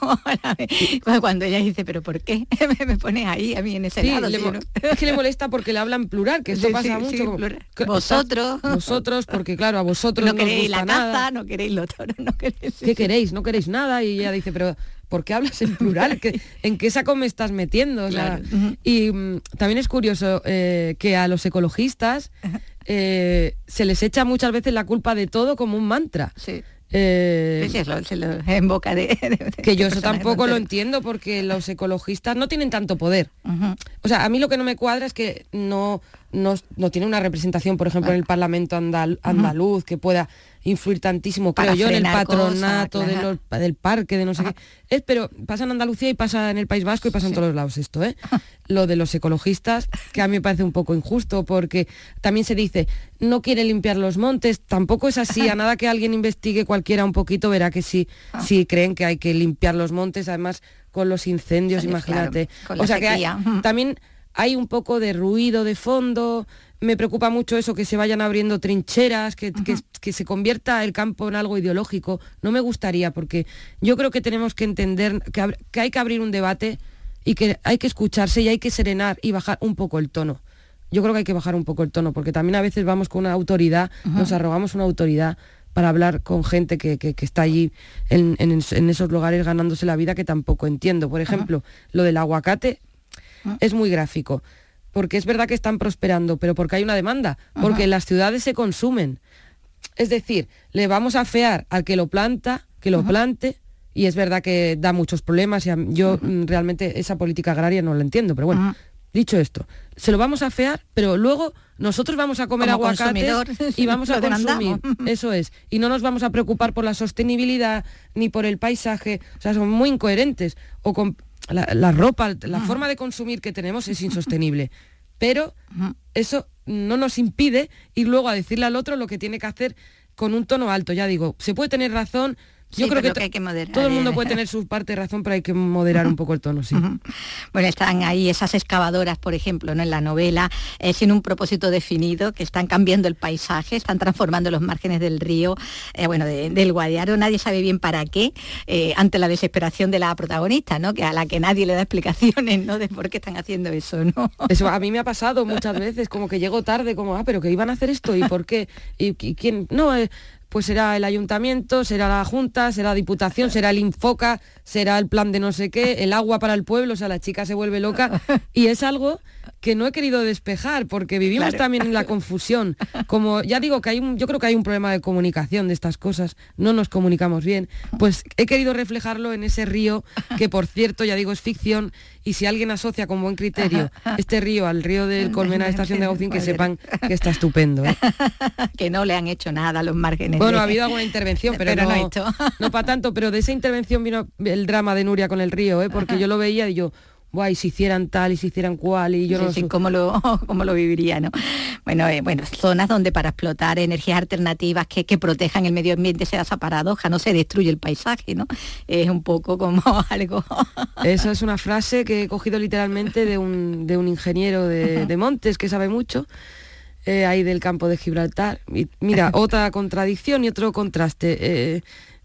cuando ella dice, ¿pero por qué me pones ahí a mí en ese sí, lado? Le ¿sí, mo- no? Es que le molesta porque le hablan plural, que esto sí, pasa sí, mucho. Sí, como, vosotros. Vosotros, porque claro, a vosotros no no queréis os gusta la caza, nada. no queréis los toros, no queréis... ¿Qué queréis? No queréis nada. Y ella dice, pero ¿por qué hablas en plural? ¿Qué, ¿En qué saco me estás metiendo? O sea, claro. uh-huh. Y um, también es curioso eh, que a los ecologistas eh, se les echa muchas veces la culpa de todo como un mantra. Sí. Eh, sí, sí, se, lo, se lo en boca de, de, de que yo eso tampoco lo entiendo, porque los ecologistas no tienen tanto poder. Uh-huh. O sea, a mí lo que no me cuadra es que no, no, no tiene una representación, por ejemplo, uh-huh. en el Parlamento andal, andaluz, uh-huh. que pueda influir tantísimo, creo Para yo, en el patronato cosas, claro. de los, del parque, de no sé uh-huh. qué. Es, pero pasa en Andalucía y pasa en el País Vasco y pasa en sí. todos lados esto, ¿eh? Uh-huh. Lo de los ecologistas, que a mí me parece un poco injusto, porque también se dice, no quiere limpiar los montes, tampoco es así, a nada que alguien investigue cualquiera un poquito, verá que sí, uh-huh. sí creen que hay que limpiar los montes, además con los incendios, sí, imagínate. Claro, o sea sequía. que hay, también hay un poco de ruido de fondo. Me preocupa mucho eso, que se vayan abriendo trincheras, que, uh-huh. que, que se convierta el campo en algo ideológico. No me gustaría, porque yo creo que tenemos que entender que, hab- que hay que abrir un debate y que hay que escucharse y hay que serenar y bajar un poco el tono. Yo creo que hay que bajar un poco el tono, porque también a veces vamos con una autoridad, uh-huh. nos arrogamos una autoridad para hablar con gente que, que, que está allí en, en, en esos lugares ganándose la vida, que tampoco entiendo. Por ejemplo, uh-huh. lo del aguacate uh-huh. es muy gráfico. Porque es verdad que están prosperando, pero porque hay una demanda, porque uh-huh. las ciudades se consumen. es decir, le vamos a afear al que lo planta, que lo uh-huh. plante, y es verdad que da muchos problemas, y a, yo uh-huh. realmente esa política agraria no la entiendo, pero bueno, uh-huh. dicho esto, se lo vamos a afear, pero luego nosotros vamos a comer Como aguacates y vamos a consumir, eso es, y no nos vamos a preocupar por la sostenibilidad ni por el paisaje, o sea, son muy incoherentes, o con la, la ropa, la uh-huh. forma de consumir que tenemos es insostenible, pero uh-huh. eso no nos impide ir luego a decirle al otro lo que tiene que hacer con un tono alto. Ya digo, se puede tener razón. Yo sí, creo que, que, hay que moderar, todo el mundo puede tener su parte de razón, pero hay que moderar uh-huh. un poco el tono, sí. Uh-huh. Bueno, están ahí esas excavadoras, por ejemplo, ¿no? En la novela, eh, sin un propósito definido, que están cambiando el paisaje, están transformando los márgenes del río, eh, bueno, de, del Guadiaro, nadie sabe bien para qué, eh, ante la desesperación de la protagonista, ¿no? Que a la que nadie le da explicaciones, ¿no? De por qué están haciendo eso, ¿no? Eso a mí me ha pasado muchas veces, como que llego tarde, como, ah, pero que iban a hacer esto, ¿y por qué? ¿Y, y quién? No, eh, pues será el ayuntamiento, será la Junta, será la Diputación, será el Infoca, será el plan de no sé qué, el agua para el pueblo, o sea, la chica se vuelve loca, y es algo que no he querido despejar, porque vivimos claro. también en la confusión. Como ya digo, que hay un, yo creo que hay un problema de comunicación de estas cosas, no nos comunicamos bien, pues he querido reflejarlo en ese río, que por cierto, ya digo, es ficción, y si alguien asocia con buen criterio este río al río del Colmenar, estación de Gaucín, que sepan que está estupendo, ¿eh? Que no le han hecho nada a los márgenes. Bueno, de... ha habido alguna intervención, pero, pero no, no, no para tanto, pero de esa intervención vino el drama de Nuria con el río, ¿eh? Porque yo lo veía y yo... Guay, si hicieran tal y si hicieran cual y yo sí, no sí, sé cómo lo cómo lo viviría, ¿no? Bueno, eh, bueno, zonas donde para explotar energías alternativas que, que protejan el medio ambiente se da esa paradoja, no se destruye el paisaje, ¿no? Es un poco como algo. Esa es una frase que he cogido literalmente de un, de un ingeniero de, de montes que sabe mucho. Eh, ahí del campo de Gibraltar. Y mira, otra contradicción y otro contraste. Eh,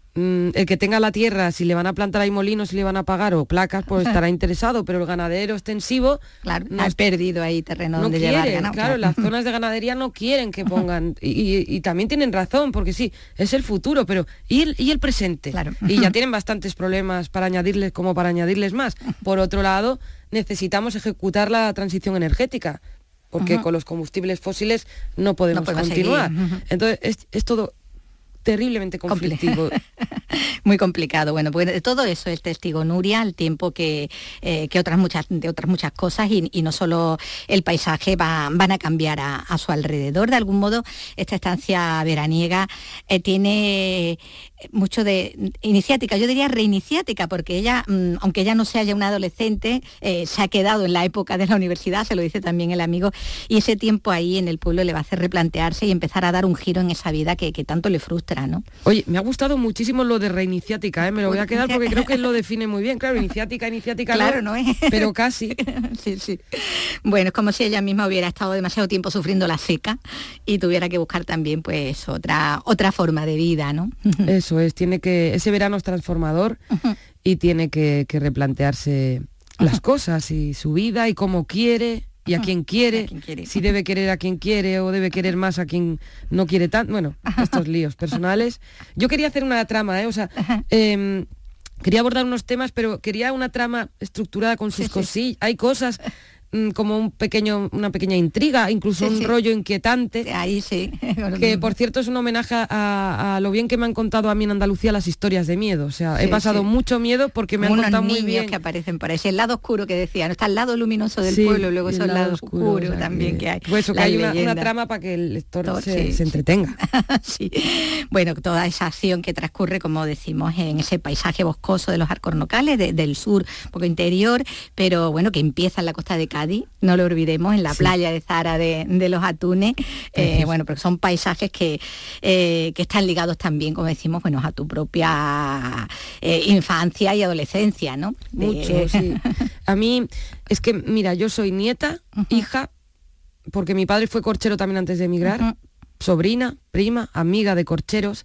el que tenga la tierra, si le van a plantar ahí molinos, si le van a pagar o placas, pues estará interesado, pero el ganadero extensivo... Claro, no ha perdido ahí terreno no donde quiere, llevar ganado. Claro, las zonas de ganadería no quieren que pongan, y, y, y también tienen razón, porque sí, es el futuro, pero ¿y el, y el presente? Claro. Y ya tienen bastantes problemas para añadirles, como para añadirles más. Por otro lado, necesitamos ejecutar la transición energética, porque uh-huh. con los combustibles fósiles no podemos, no podemos continuar. Uh-huh. Entonces, es, es todo... terriblemente conflictivo. Muy complicado. Bueno, pues de todo eso es testigo Nuria, al tiempo que, eh, que otras muchas, de otras muchas cosas, y, y no solo el paisaje va, van a cambiar a, a su alrededor. De algún modo, esta estancia veraniega eh, tiene mucho de iniciática, yo diría reiniciática, porque ella, mmm, aunque ella no sea ya una adolescente, eh, se ha quedado en la época de la universidad, se lo dice también el amigo, y ese tiempo ahí en el pueblo le va a hacer replantearse y empezar a dar un giro en esa vida que, que tanto le frustra, ¿no? Oye, me ha gustado muchísimo lo de reiniciática, ¿eh? Me lo voy a quedar porque creo que lo define muy bien. Claro, iniciática, iniciática, claro, no, ¿no es? Pero casi. Sí, sí. Bueno, es como si ella misma hubiera estado demasiado tiempo sufriendo la seca y tuviera que buscar también, pues, otra, otra forma de vida, ¿no? Eso es, tiene que, ese verano es transformador uh-huh. y tiene que, que replantearse uh-huh. las cosas y su vida y cómo quiere. Y a quien quiere, a quien quiere, si debe querer a quien quiere o debe querer más a quien no quiere tanto, bueno, estos líos personales. Yo quería hacer una trama, ¿eh? O sea, eh, quería abordar unos temas, pero quería una trama estructurada con sus sí, cosillas. Sí. Hay cosas mm, como un pequeño, una pequeña intriga, incluso sí, un sí. rollo inquietante. Ahí sí. Que por cierto es un homenaje a, a lo bien que me han contado a mí en Andalucía las historias de miedo. O sea, sí, he pasado sí. mucho miedo porque me Unos han contado muy bien. Que aparecen por ahí. El lado oscuro que decían, está el lado luminoso del sí, pueblo, luego es el lado oscuro, oscuro o sea, también que, que hay. Pues eso, que hay una, una trama para que el lector Todo, se, sí, se entretenga. Sí. Bueno, toda esa acción que transcurre, como decimos, en ese paisaje boscoso de los Alcornocales, de, del sur, un poco interior, pero bueno, que empieza en la costa de Cádiz, no lo olvidemos, en la sí. playa de Zara de, de los Atunes, eh, bueno, porque son paisajes que, eh, que están ligados también, como decimos, bueno, a tu propia eh, infancia y adolescencia, ¿no? De... Mucho, sí. A mí, es que, mira, yo soy nieta, uh-huh. hija, porque mi padre fue corchero también antes de emigrar, uh-huh. sobrina, prima, amiga de corcheros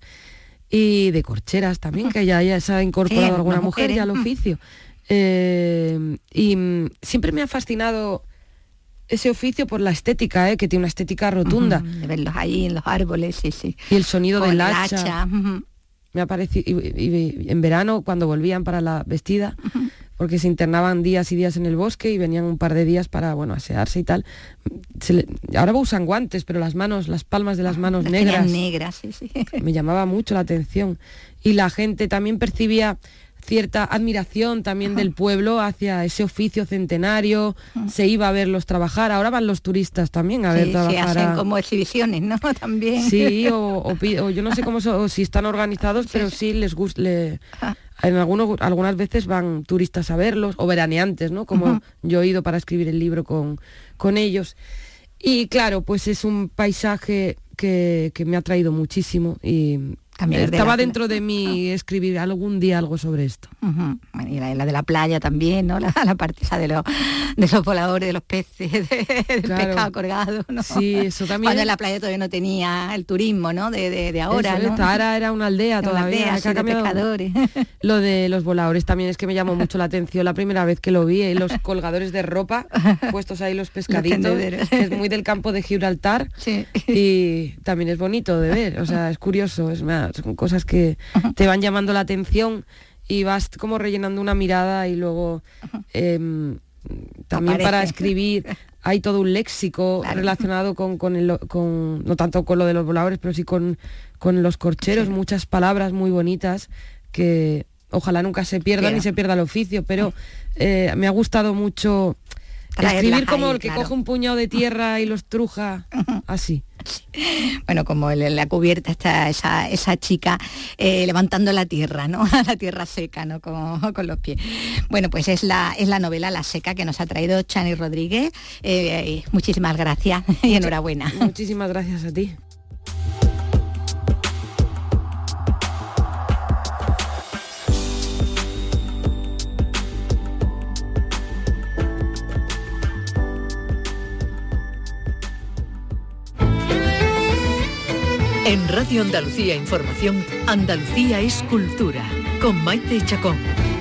y de corcheras también, uh-huh. que ya, ya se ha incorporado sí, alguna mujer ya al oficio. Eh, y mm, siempre me ha fascinado ese oficio por la estética, ¿eh? Que tiene una estética rotunda. Uh-huh, de verlos ahí en los árboles, sí, sí. Y el sonido Con del el hacha. hacha. Uh-huh. Me ha parecido, y, y, y en verano, cuando volvían para la vestida, uh-huh. porque se internaban días y días en el bosque y venían un par de días para, bueno, asearse y tal. Se le, ahora usan guantes, pero las manos, las palmas de las manos negras, negras sí, sí. me llamaba mucho la atención. Y la gente también percibía cierta admiración también uh-huh. del pueblo hacia ese oficio centenario, uh-huh. se iba a verlos trabajar, ahora van los turistas también a sí, ver trabajar. Sí, hacen a... como exhibiciones, ¿no? También. Sí, o, o, o yo no sé cómo so, o si están organizados, sí, pero sí, sí les gusta, le... uh-huh. en algunos, algunas veces van turistas a verlos, o veraneantes, ¿no? Como uh-huh. yo he ido para escribir el libro con, con ellos. Y claro, pues es un paisaje que, que me ha traído muchísimo y También estaba de dentro de mí escribir algún día algo sobre esto. Uh-huh. Y la, la de la playa también, ¿no? La, la parte esa de los, de los voladores, de los peces, de, del claro. pescado colgado, ¿no? Sí, eso también. Cuando en la playa todavía no tenía el turismo, ¿no? De, de, de ahora, eso, ¿no? Tara era una aldea era todavía. Una aldea, sí, de pescadores. Lo de los voladores también es que me llamó mucho la atención la primera vez que lo vi, ¿eh? Los colgadores de ropa, puestos ahí los pescaditos, los es muy del campo de Gibraltar, sí. Y también es bonito de ver, o sea, es curioso, es más, son cosas que te van llamando la atención y vas como rellenando una mirada y luego eh, también Aparece. Para escribir hay todo un léxico claro. relacionado con, con, el, con, no tanto con lo de los voladores, pero sí con, con los corcheros, sí. muchas palabras muy bonitas que ojalá nunca se pierdan Quiero. Ni se pierda el oficio, pero eh, me ha gustado mucho Traerlas escribir como ahí, el que claro. coge un puñado de tierra y los truja, así. Bueno, como en la cubierta está esa, esa chica eh, levantando la tierra, ¿no? La tierra seca, ¿no? Con, con los pies. Bueno, pues es la, es la novela La Seca que nos ha traído Chani Rodríguez. Eh, muchísimas gracias y enhorabuena. Muchísimas gracias a ti. En Radio Andalucía Información, Andalucía es cultura, con Maite Chacón.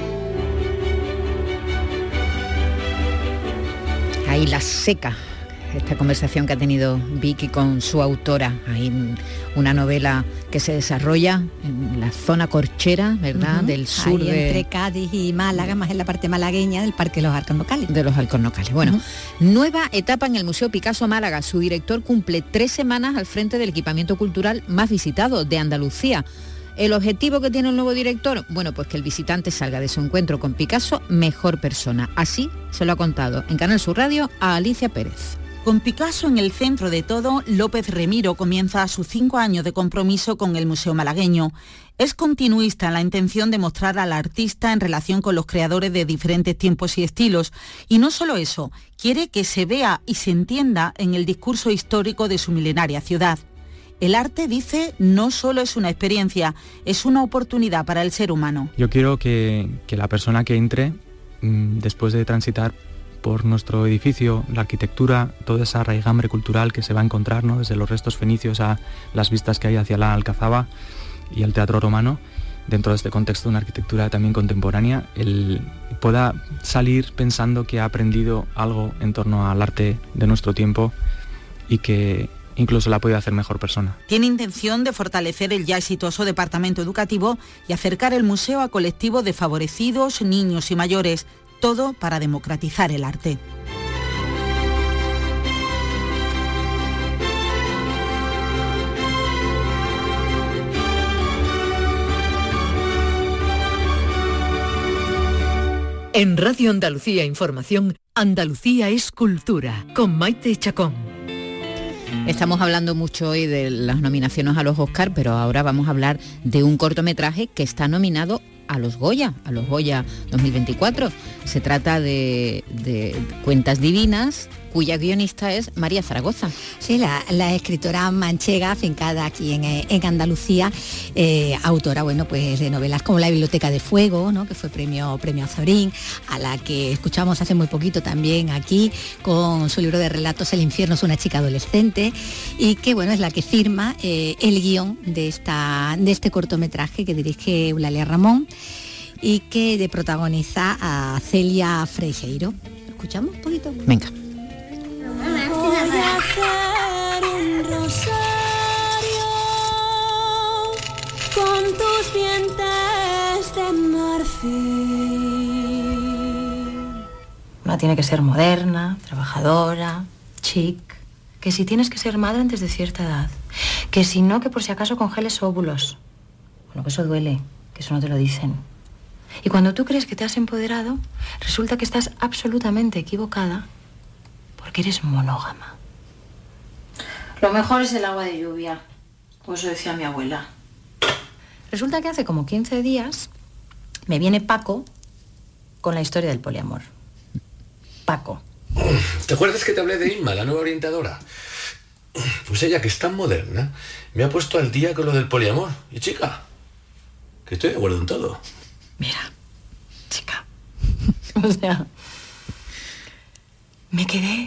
Ahí La Seca, esta conversación que ha tenido Vicky con su autora. Hay una novela que se desarrolla en la zona corchera, ¿verdad? Uh-huh. Del sur Ahí de... entre Cádiz y Málaga, más en la parte malagueña del Parque de los Alcornocales. De los Alcornocales. Bueno, uh-huh. nueva etapa en el Museo Picasso Málaga. Su director cumple tres semanas al frente del equipamiento cultural más visitado de Andalucía. ¿El objetivo que tiene el nuevo director? Bueno, pues que el visitante salga de su encuentro con Picasso mejor persona. Así se lo ha contado en Canal Sur Radio a Alicia Pérez. Con Picasso en el centro de todo, López Remiro comienza sus cinco años de compromiso con el Museo Malagueño. Es continuista en la intención de mostrar al artista en relación con los creadores de diferentes tiempos y estilos. Y no solo eso, quiere que se vea y se entienda en el discurso histórico de su milenaria ciudad. El arte, dice, no solo es una experiencia, es una oportunidad para el ser humano. Yo quiero que, que la persona que entre, después de transitar por nuestro edificio, la arquitectura, toda esa raigambre cultural que se va a encontrar, ¿no? Desde los restos fenicios a las vistas que hay hacia la Alcazaba y el Teatro Romano, dentro de este contexto de una arquitectura también contemporánea, él pueda salir pensando que ha aprendido algo en torno al arte de nuestro tiempo y que incluso la ha podido hacer mejor persona. Tiene intención de fortalecer el ya exitoso departamento educativo y acercar el museo a colectivos desfavorecidos, niños y mayores, todo para democratizar el arte. En Radio Andalucía Información, Andalucía es cultura, con Maite Chacón. Estamos hablando mucho hoy de las nominaciones a los Oscar, pero ahora vamos a hablar de un cortometraje que está nominado a los Goya, a los Goya dos mil veinticuatro. Se trata de, de Cuentas Divinas, cuya guionista es María Zaragoza. Sí, la, la escritora manchega, afincada aquí en, en Andalucía, eh, autora, bueno, pues de novelas como La Biblioteca de Fuego, ¿no? Que fue premio, premio Azorín, a la que escuchamos hace muy poquito también aquí, con su libro de relatos El infierno es una chica adolescente, y que, bueno, es la que firma eh, el guión de, esta, de este cortometraje que dirige Eulalia Ramón y que de protagoniza a Celia Freixeiro. ¿Escuchamos un poquito? Venga. Voy a hacer un rosario con tus dientes de marfil. Una tiene que ser moderna, trabajadora, chic, que si tienes que ser madre antes de cierta edad, que si no, que por si acaso congeles óvulos. Bueno, que eso duele, que eso no te lo dicen. Y cuando tú crees que te has empoderado, resulta que estás absolutamente equivocada porque eres monógama. Lo mejor es el agua de lluvia, como eso decía mi abuela. Resulta que hace como quince días me viene Paco con la historia del poliamor. Paco. ¿Te acuerdas que te hablé de Inma, la nueva orientadora? Pues ella, que es tan moderna, me ha puesto al día con lo del poliamor. Y chica, que estoy de acuerdo en todo. Mira, chica, o sea, me quedé...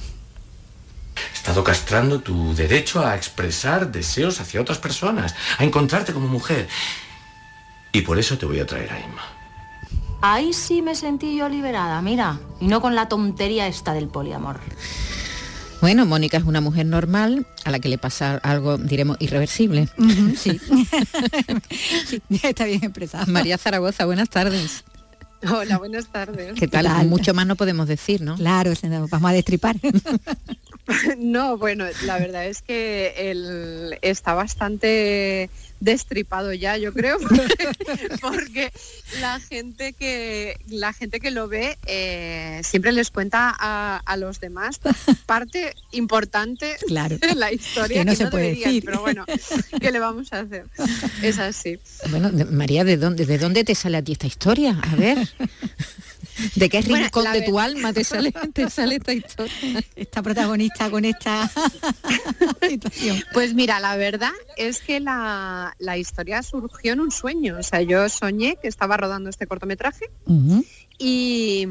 He estado castrando tu derecho a expresar deseos hacia otras personas, a encontrarte como mujer. Y por eso te voy a traer a Inma. Ahí sí me sentí yo liberada, mira, y no con la tontería esta del poliamor. Bueno, Mónica es una mujer normal a la que le pasa algo, diremos, irreversible. Uh-huh, sí. Sí, está bien expresado. María Zaragoza, buenas tardes. Hola, buenas tardes. ¿Qué tal? ¿Qué tal? Mucho más no podemos decir, ¿no? Claro, vamos a destripar. No, bueno, la verdad es que él está bastante destripado ya, yo creo, porque, porque la gente que la gente que lo ve eh, siempre les cuenta a, a los demás parte importante claro, de la historia que no que se no puede deberían, decir. pero bueno, ¿qué le vamos a hacer? Es así. Bueno, María, ¿de dónde, de dónde te sale a ti esta historia? A ver. ¿De qué rincón bueno, de tu alma te sale, te sale esta historia? Esta protagonista con esta situación. Pues mira, la verdad es que la, la historia surgió en un sueño. O sea, yo soñé que estaba rodando este cortometraje uh-huh. y...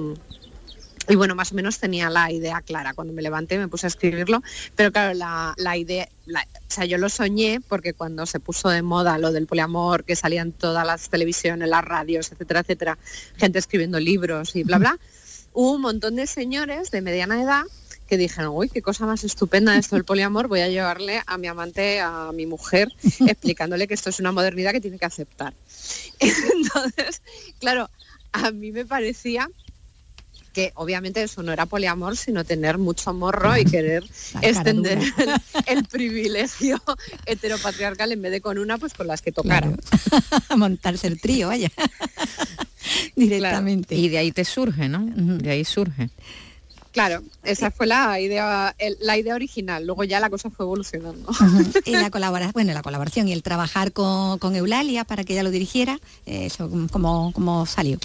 Y bueno, más o menos tenía la idea clara. Cuando me levanté me puse a escribirlo, pero claro, la, la idea, la, o sea, yo lo soñé porque cuando se puso de moda lo del poliamor, que salían todas las televisiones, las radios, etcétera, etcétera, gente escribiendo libros y bla, bla, hubo un montón de señores de mediana edad que dijeron, uy, qué cosa más estupenda esto del poliamor, voy a llevarle a mi amante, a mi mujer, explicándole que esto es una modernidad que tiene que aceptar. Entonces, claro, a mí me parecía... que obviamente eso no era poliamor, sino tener mucho morro y querer extender el, el privilegio heteropatriarcal en vez de con una, pues con las que tocara. Claro. Montarse el trío, vaya. Directamente. Claro. Y de ahí te surge, ¿no? Uh-huh. De ahí surge. Claro, esa fue la idea, el, la idea original. Luego ya la cosa fue evolucionando. Uh-huh. Y la colaboración, bueno, la colaboración y el trabajar con, con Eulalia para que ella lo dirigiera, eso, ¿cómo, cómo salió?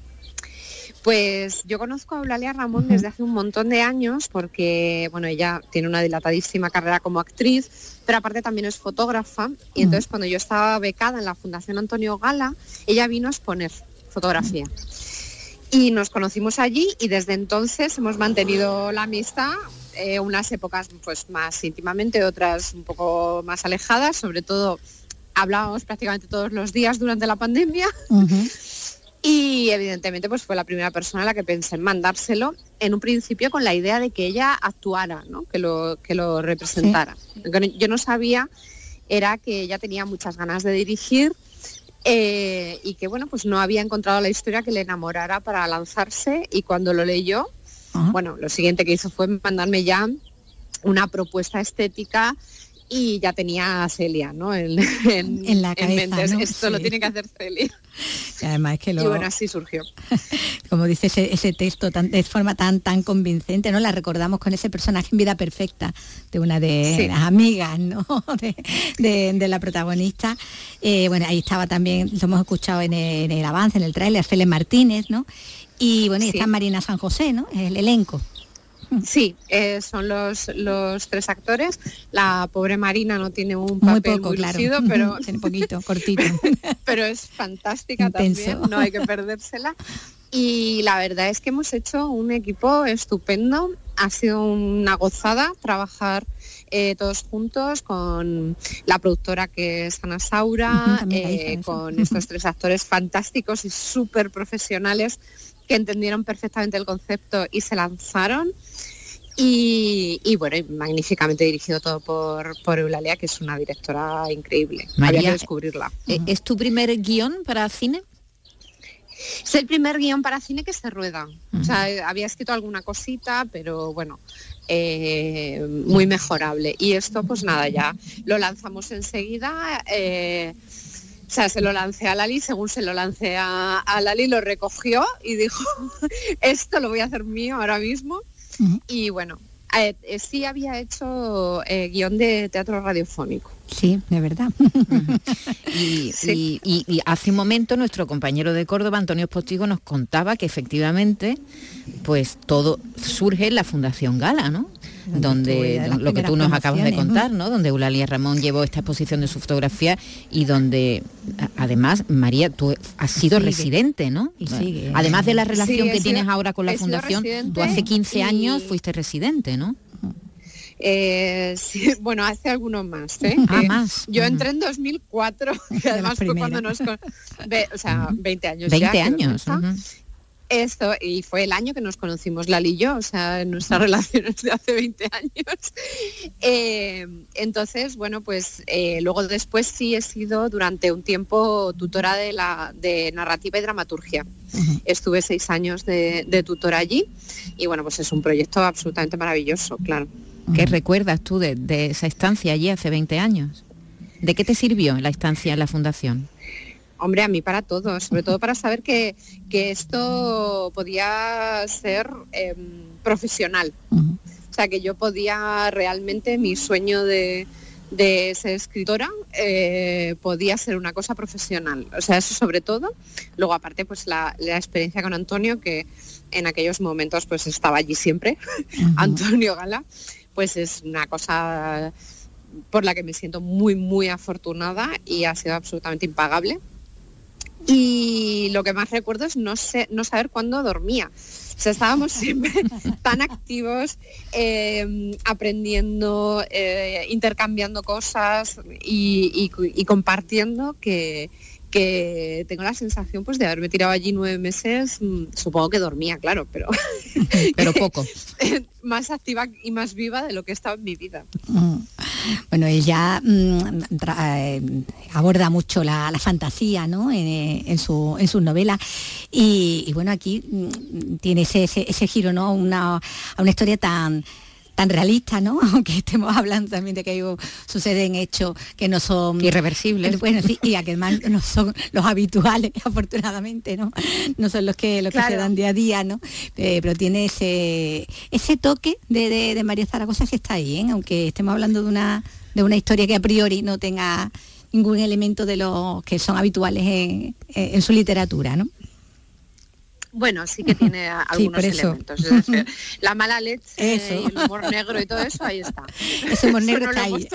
Pues yo conozco a Eulalia Ramón desde hace un montón de años porque, bueno, ella tiene una dilatadísima carrera como actriz, pero aparte también es fotógrafa y entonces cuando yo estaba becada en la Fundación Antonio Gala, ella vino a exponer fotografía. Y nos conocimos allí y desde entonces hemos mantenido la amistad, eh, unas épocas pues más íntimamente, otras un poco más alejadas, sobre todo hablábamos prácticamente todos los días durante la pandemia. Uh-huh. Y evidentemente pues fue la primera persona a la que pensé en mandárselo, en un principio con la idea de que ella actuara, ¿no? que, lo, que lo representara. Sí. Lo que yo no sabía era que ella tenía muchas ganas de dirigir eh, y que bueno, pues no había encontrado la historia que le enamorara para lanzarse, y cuando lo leyó, uh-huh. bueno, lo siguiente que hizo fue mandarme ya una propuesta estética. Y ya tenía a Celia, ¿no? En, en, en la cabeza, en mente. ¿no? Esto sí. Lo tiene que hacer Celia. Y además es que lo... Y bueno, así surgió. Como dice ese, ese texto tan, de forma tan tan convincente, ¿no? La recordamos con ese personaje en Vida Perfecta, de una de sí. las amigas, ¿no? De, de, de la protagonista. Eh, bueno, ahí estaba también, lo hemos escuchado en el, en el avance, en el tráiler, Félix Martínez, ¿no? Y bueno, y sí. está Marina San José, ¿no? El elenco. Sí, eh, son los, los tres actores. La pobre Marina no tiene un papel muy, poco, muy claro. lucido, pero tiene poquito, cortito. Pero es fantástica Intenso. También, no hay que perdérsela. Y la verdad es que hemos hecho un equipo estupendo. Ha sido una gozada trabajar eh, todos juntos con la productora que es Ana Saura, uh-huh, eh, con estos tres actores fantásticos y súper profesionales que entendieron perfectamente el concepto y se lanzaron. Y, y bueno, magníficamente dirigido todo por, por Eulalia, que es una directora increíble. María, había que descubrirla. ¿Es tu primer guión para cine? Es el primer guión para cine que se rueda. Uh-huh. O sea, había escrito alguna cosita, pero bueno, eh, muy mejorable. Y esto, pues nada, ya lo lanzamos enseguida. Eh, o sea, se lo lancé a Lali, según se lo lancé a, a Lali, lo recogió y dijo, esto lo voy a hacer mío ahora mismo. Uh-huh. Y bueno, eh, eh, sí había hecho eh, guión de teatro radiofónico. Sí, de verdad. Uh-huh. y, sí. y, y, y hace un momento nuestro compañero de Córdoba, Antonio Postigo, nos contaba que efectivamente pues todo surge en la Fundación Gala, ¿no? Donde lo que tú nos acabas de contar, ¿no? Donde Eulalia Ramón llevó esta exposición de su fotografía y donde además, María, tú has sido sigue. residente, ¿no? Y sigue. Además de la relación sí, que tienes sido, ahora con la fundación, tú hace quince y... años fuiste residente, ¿no? Eh, sí, bueno, hace algunos más, ¿eh? Ah, eh, más. Yo uh-huh. entré en dos mil cuatro, que además fue cuando nos... Ve, o sea, veinte años veinte ya. años. Uh-huh. Esto, y fue el año que nos conocimos Lali y yo, o sea, nuestra relación es de hace veinte años. Eh, entonces, bueno, pues eh, luego después sí he sido durante un tiempo tutora de, la, de narrativa y dramaturgia. Uh-huh. Estuve seis años de, de tutora allí y bueno, pues es un proyecto absolutamente maravilloso, claro. ¿Qué recuerdas tú de, de esa estancia allí hace veinte años? ¿De qué te sirvió la estancia en la fundación? Hombre, a mí para todo, sobre todo para saber que, que esto podía ser eh, profesional. Uh-huh. O sea, que yo podía realmente, mi sueño de, de ser escritora eh, podía ser una cosa profesional. O sea, eso sobre todo. Luego, aparte, pues la, la experiencia con Antonio, que en aquellos momentos pues estaba allí siempre, uh-huh. Antonio Gala, pues es una cosa por la que me siento muy, muy afortunada y ha sido absolutamente impagable. Y lo que más recuerdo es no sé, no saber cuándo dormía. O sea, estábamos siempre tan activos, eh, aprendiendo, eh, intercambiando cosas y, y, y compartiendo que, que tengo la sensación pues de haberme tirado allí nueve meses, supongo que dormía, claro, pero... pero poco. Más activa y más viva de lo que he estado en mi vida. Bueno, ella mmm, tra- eh, aborda mucho la, la fantasía, ¿no? En, en, su, en sus novelas y, y bueno, aquí mmm, tiene ese, ese, ese giro, ¿no? Una, a una historia tan tan realista, ¿no? Aunque estemos hablando también de que hay, suceden hechos que no son irreversibles. Bueno, sí, y además no son los habituales, afortunadamente, ¿no? No son los que los claro. que se dan día a día, ¿no? Eh, pero tiene ese ese toque de, de, de María Zaragoza que está ahí, ¿eh? Aunque estemos hablando de una de una historia que a priori no tenga ningún elemento de los que son habituales en, en su literatura, ¿no? Bueno, sí que tiene algunos sí, elementos. Es decir, la mala leche, eso. Y el humor negro y todo eso, ahí está. Ese humor negro está ahí,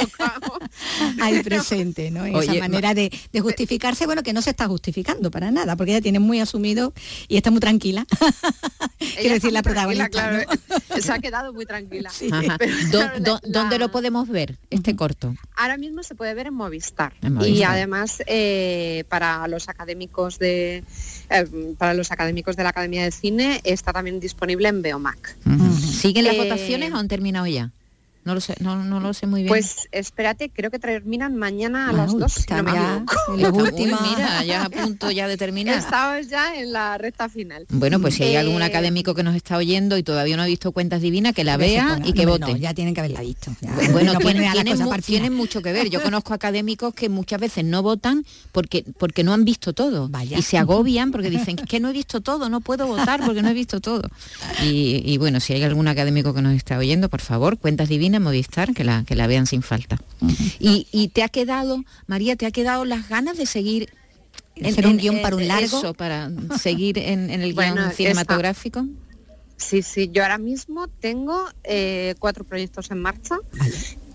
ahí presente, ¿no? Oye, esa manera de, de justificarse, bueno, que no se está justificando para nada, porque ella tiene muy asumido y está muy tranquila. Quiero decir, la protagonista, claro, ¿no? Se ha quedado muy tranquila. Sí. Pero, claro, do, do, la... ¿Dónde lo podemos ver, este corto? Ahora mismo se puede ver en Movistar. En Movistar. Y además, eh, para los académicos de... Eh, para los académicos de la Academia de Cine está también disponible en Beomac. Uh-huh. ¿Siguen las eh, votaciones o han terminado ya? No lo sé, no, no lo sé muy bien. Pues espérate, creo que terminan mañana a las dos, si no me equivoco. Uy, mira, ya a punto ya de terminar. Estamos ya en la recta final. Bueno, pues si hay eh, algún académico que nos está oyendo y todavía no ha visto Cuentas Divinas, que la vea y que no, vote. No, ya tienen que haberla visto. Ya. Bueno, no tienen, tienen, mu- tienen mucho que ver. Yo conozco académicos que muchas veces no votan porque, porque no han visto todo. Vaya. Y se agobian porque dicen que no he visto todo, no puedo votar porque no he visto todo. Y, y bueno, si hay algún académico que nos está oyendo, por favor, Cuentas Divinas, Movistar, que la que la vean sin falta. Uh-huh. y, y te ha quedado, María, te ha quedado las ganas de seguir en, hacer un guión en, para un largo, eso, para seguir en, en el guión bueno, cinematográfico. Esta, sí, sí, yo ahora mismo tengo eh, cuatro proyectos en marcha. Vale.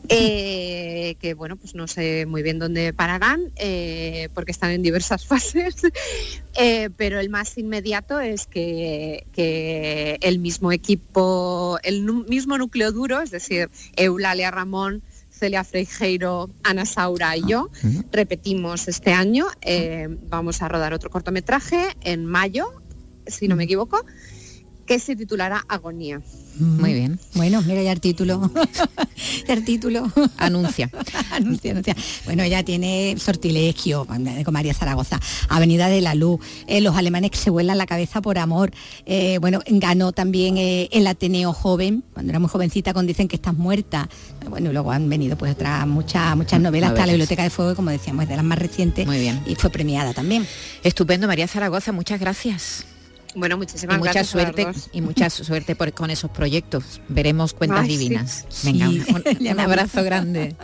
Eh, que bueno, pues no sé muy bien dónde pararán eh, porque están en diversas fases, eh, pero el más inmediato es que, que el mismo equipo, el nu- mismo núcleo duro, es decir, Eulalia Ramón, Celia Freijeiro, Ana Saura y yo, uh-huh. repetimos este año, eh, vamos a rodar otro cortometraje en mayo, si no me equivoco. que se titulará Agonía. Muy bien. Bueno, mira ya el título. Ya el título. Anuncia. anuncia, anuncia. Bueno, ella tiene Sortilegio, con María Zaragoza, Avenida de la Luz, eh, Los alemanes que se vuelan la cabeza por amor. Eh, bueno, ganó también eh, el Ateneo Joven, cuando era muy jovencita, con Dicen que estás muerta. Bueno, luego han venido pues otras muchas muchas novelas, hasta La Biblioteca de Fuego, como decíamos, es de las más recientes. Muy bien. Y fue premiada también. Estupendo, María Zaragoza, muchas gracias. Bueno, muchísimas y mucha gracias. Suerte, y mucha suerte por, con esos proyectos. Veremos Cuentas Ay, Divinas. Sí. Venga, Sí. un, un abrazo grande.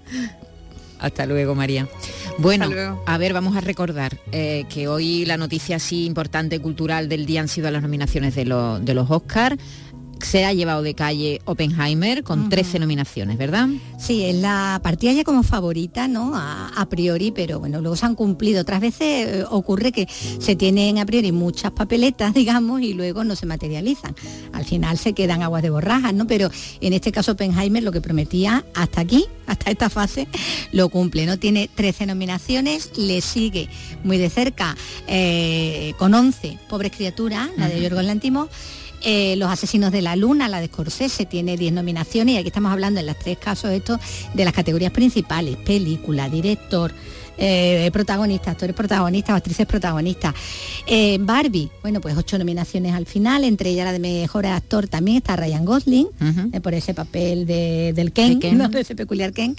Hasta luego, María. Bueno, a ver, vamos a recordar eh, que hoy la noticia así importante cultural del día han sido las nominaciones de, lo, de los Oscar. Se ha llevado de calle Oppenheimer con uh-huh. trece nominaciones, ¿verdad? Sí, es la partida ya como favorita, ¿no? A, a priori, pero bueno, luego se han cumplido. Otras veces eh, ocurre que se tienen a priori muchas papeletas, digamos, y luego no se materializan. Al final se quedan aguas de borrajas, ¿no? Pero en este caso Oppenheimer lo que prometía hasta aquí, hasta esta fase, lo cumple, ¿no? Tiene trece nominaciones, le sigue muy de cerca eh, con once Pobres criaturas, la de Yorgos Lanthimos. Eh, Los asesinos de la luna, la de Scorsese, tiene diez nominaciones, y aquí estamos hablando en los tres casos estos de las categorías principales: película, director, eh, protagonista, actores protagonistas o actrices protagonistas. Eh, Barbie, bueno, pues ocho nominaciones al final, entre ellas la de mejor actor también está Ryan Gosling, uh-huh. eh, por ese papel de, del Ken, de, Ken. ¿no? de ese peculiar Ken.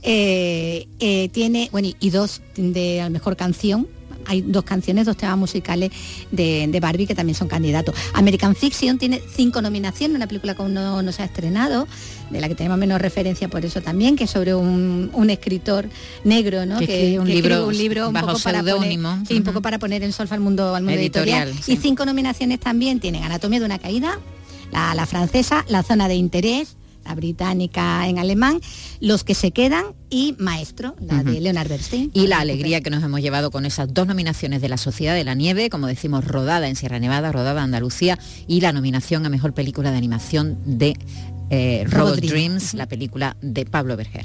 Eh, eh, tiene, bueno, y, y dos de la mejor canción. Hay dos canciones, dos temas musicales de, de Barbie que también son candidatos. American Fiction tiene cinco nominaciones, una película que aún no, no se ha estrenado, de la que tenemos menos referencia por eso también, que es sobre un, un escritor negro, ¿no? Que, que escribe un, que libro, escribe un libro un bajo poco para poner, uh-huh. sí, un poco para poner en solfa al mundo, al mundo editorial. editorial sí. Y cinco nominaciones también tienen Anatomía de una caída, la, la francesa, La zona de interés, la británica en alemán, Los que se quedan y Maestro, la uh-huh. de Leonard Bernstein. Y la alegría que nos hemos llevado con esas dos nominaciones de La Sociedad de la Nieve, como decimos, rodada en Sierra Nevada, rodada en Andalucía, y la nominación a Mejor Película de Animación de eh, Robot Dreams, Dreams uh-huh. la película de Pablo Berger.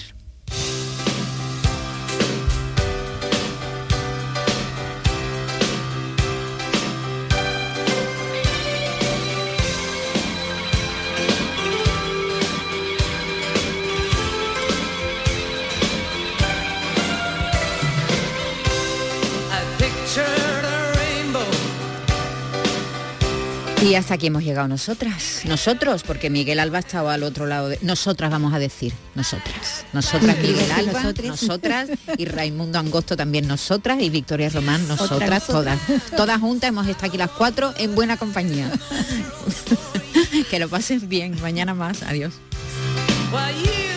Y hasta aquí hemos llegado nosotras, nosotros, porque Miguel Alba estaba al otro lado de... Nosotras vamos a decir, nosotras. Nosotras, Miguel Alba, nosotras, nosotras y Raimundo Angosto también nosotras, y Victoria Román, nosotras, todas. Todas juntas hemos estado aquí las cuatro en buena compañía. Que lo pasen bien, mañana más, adiós.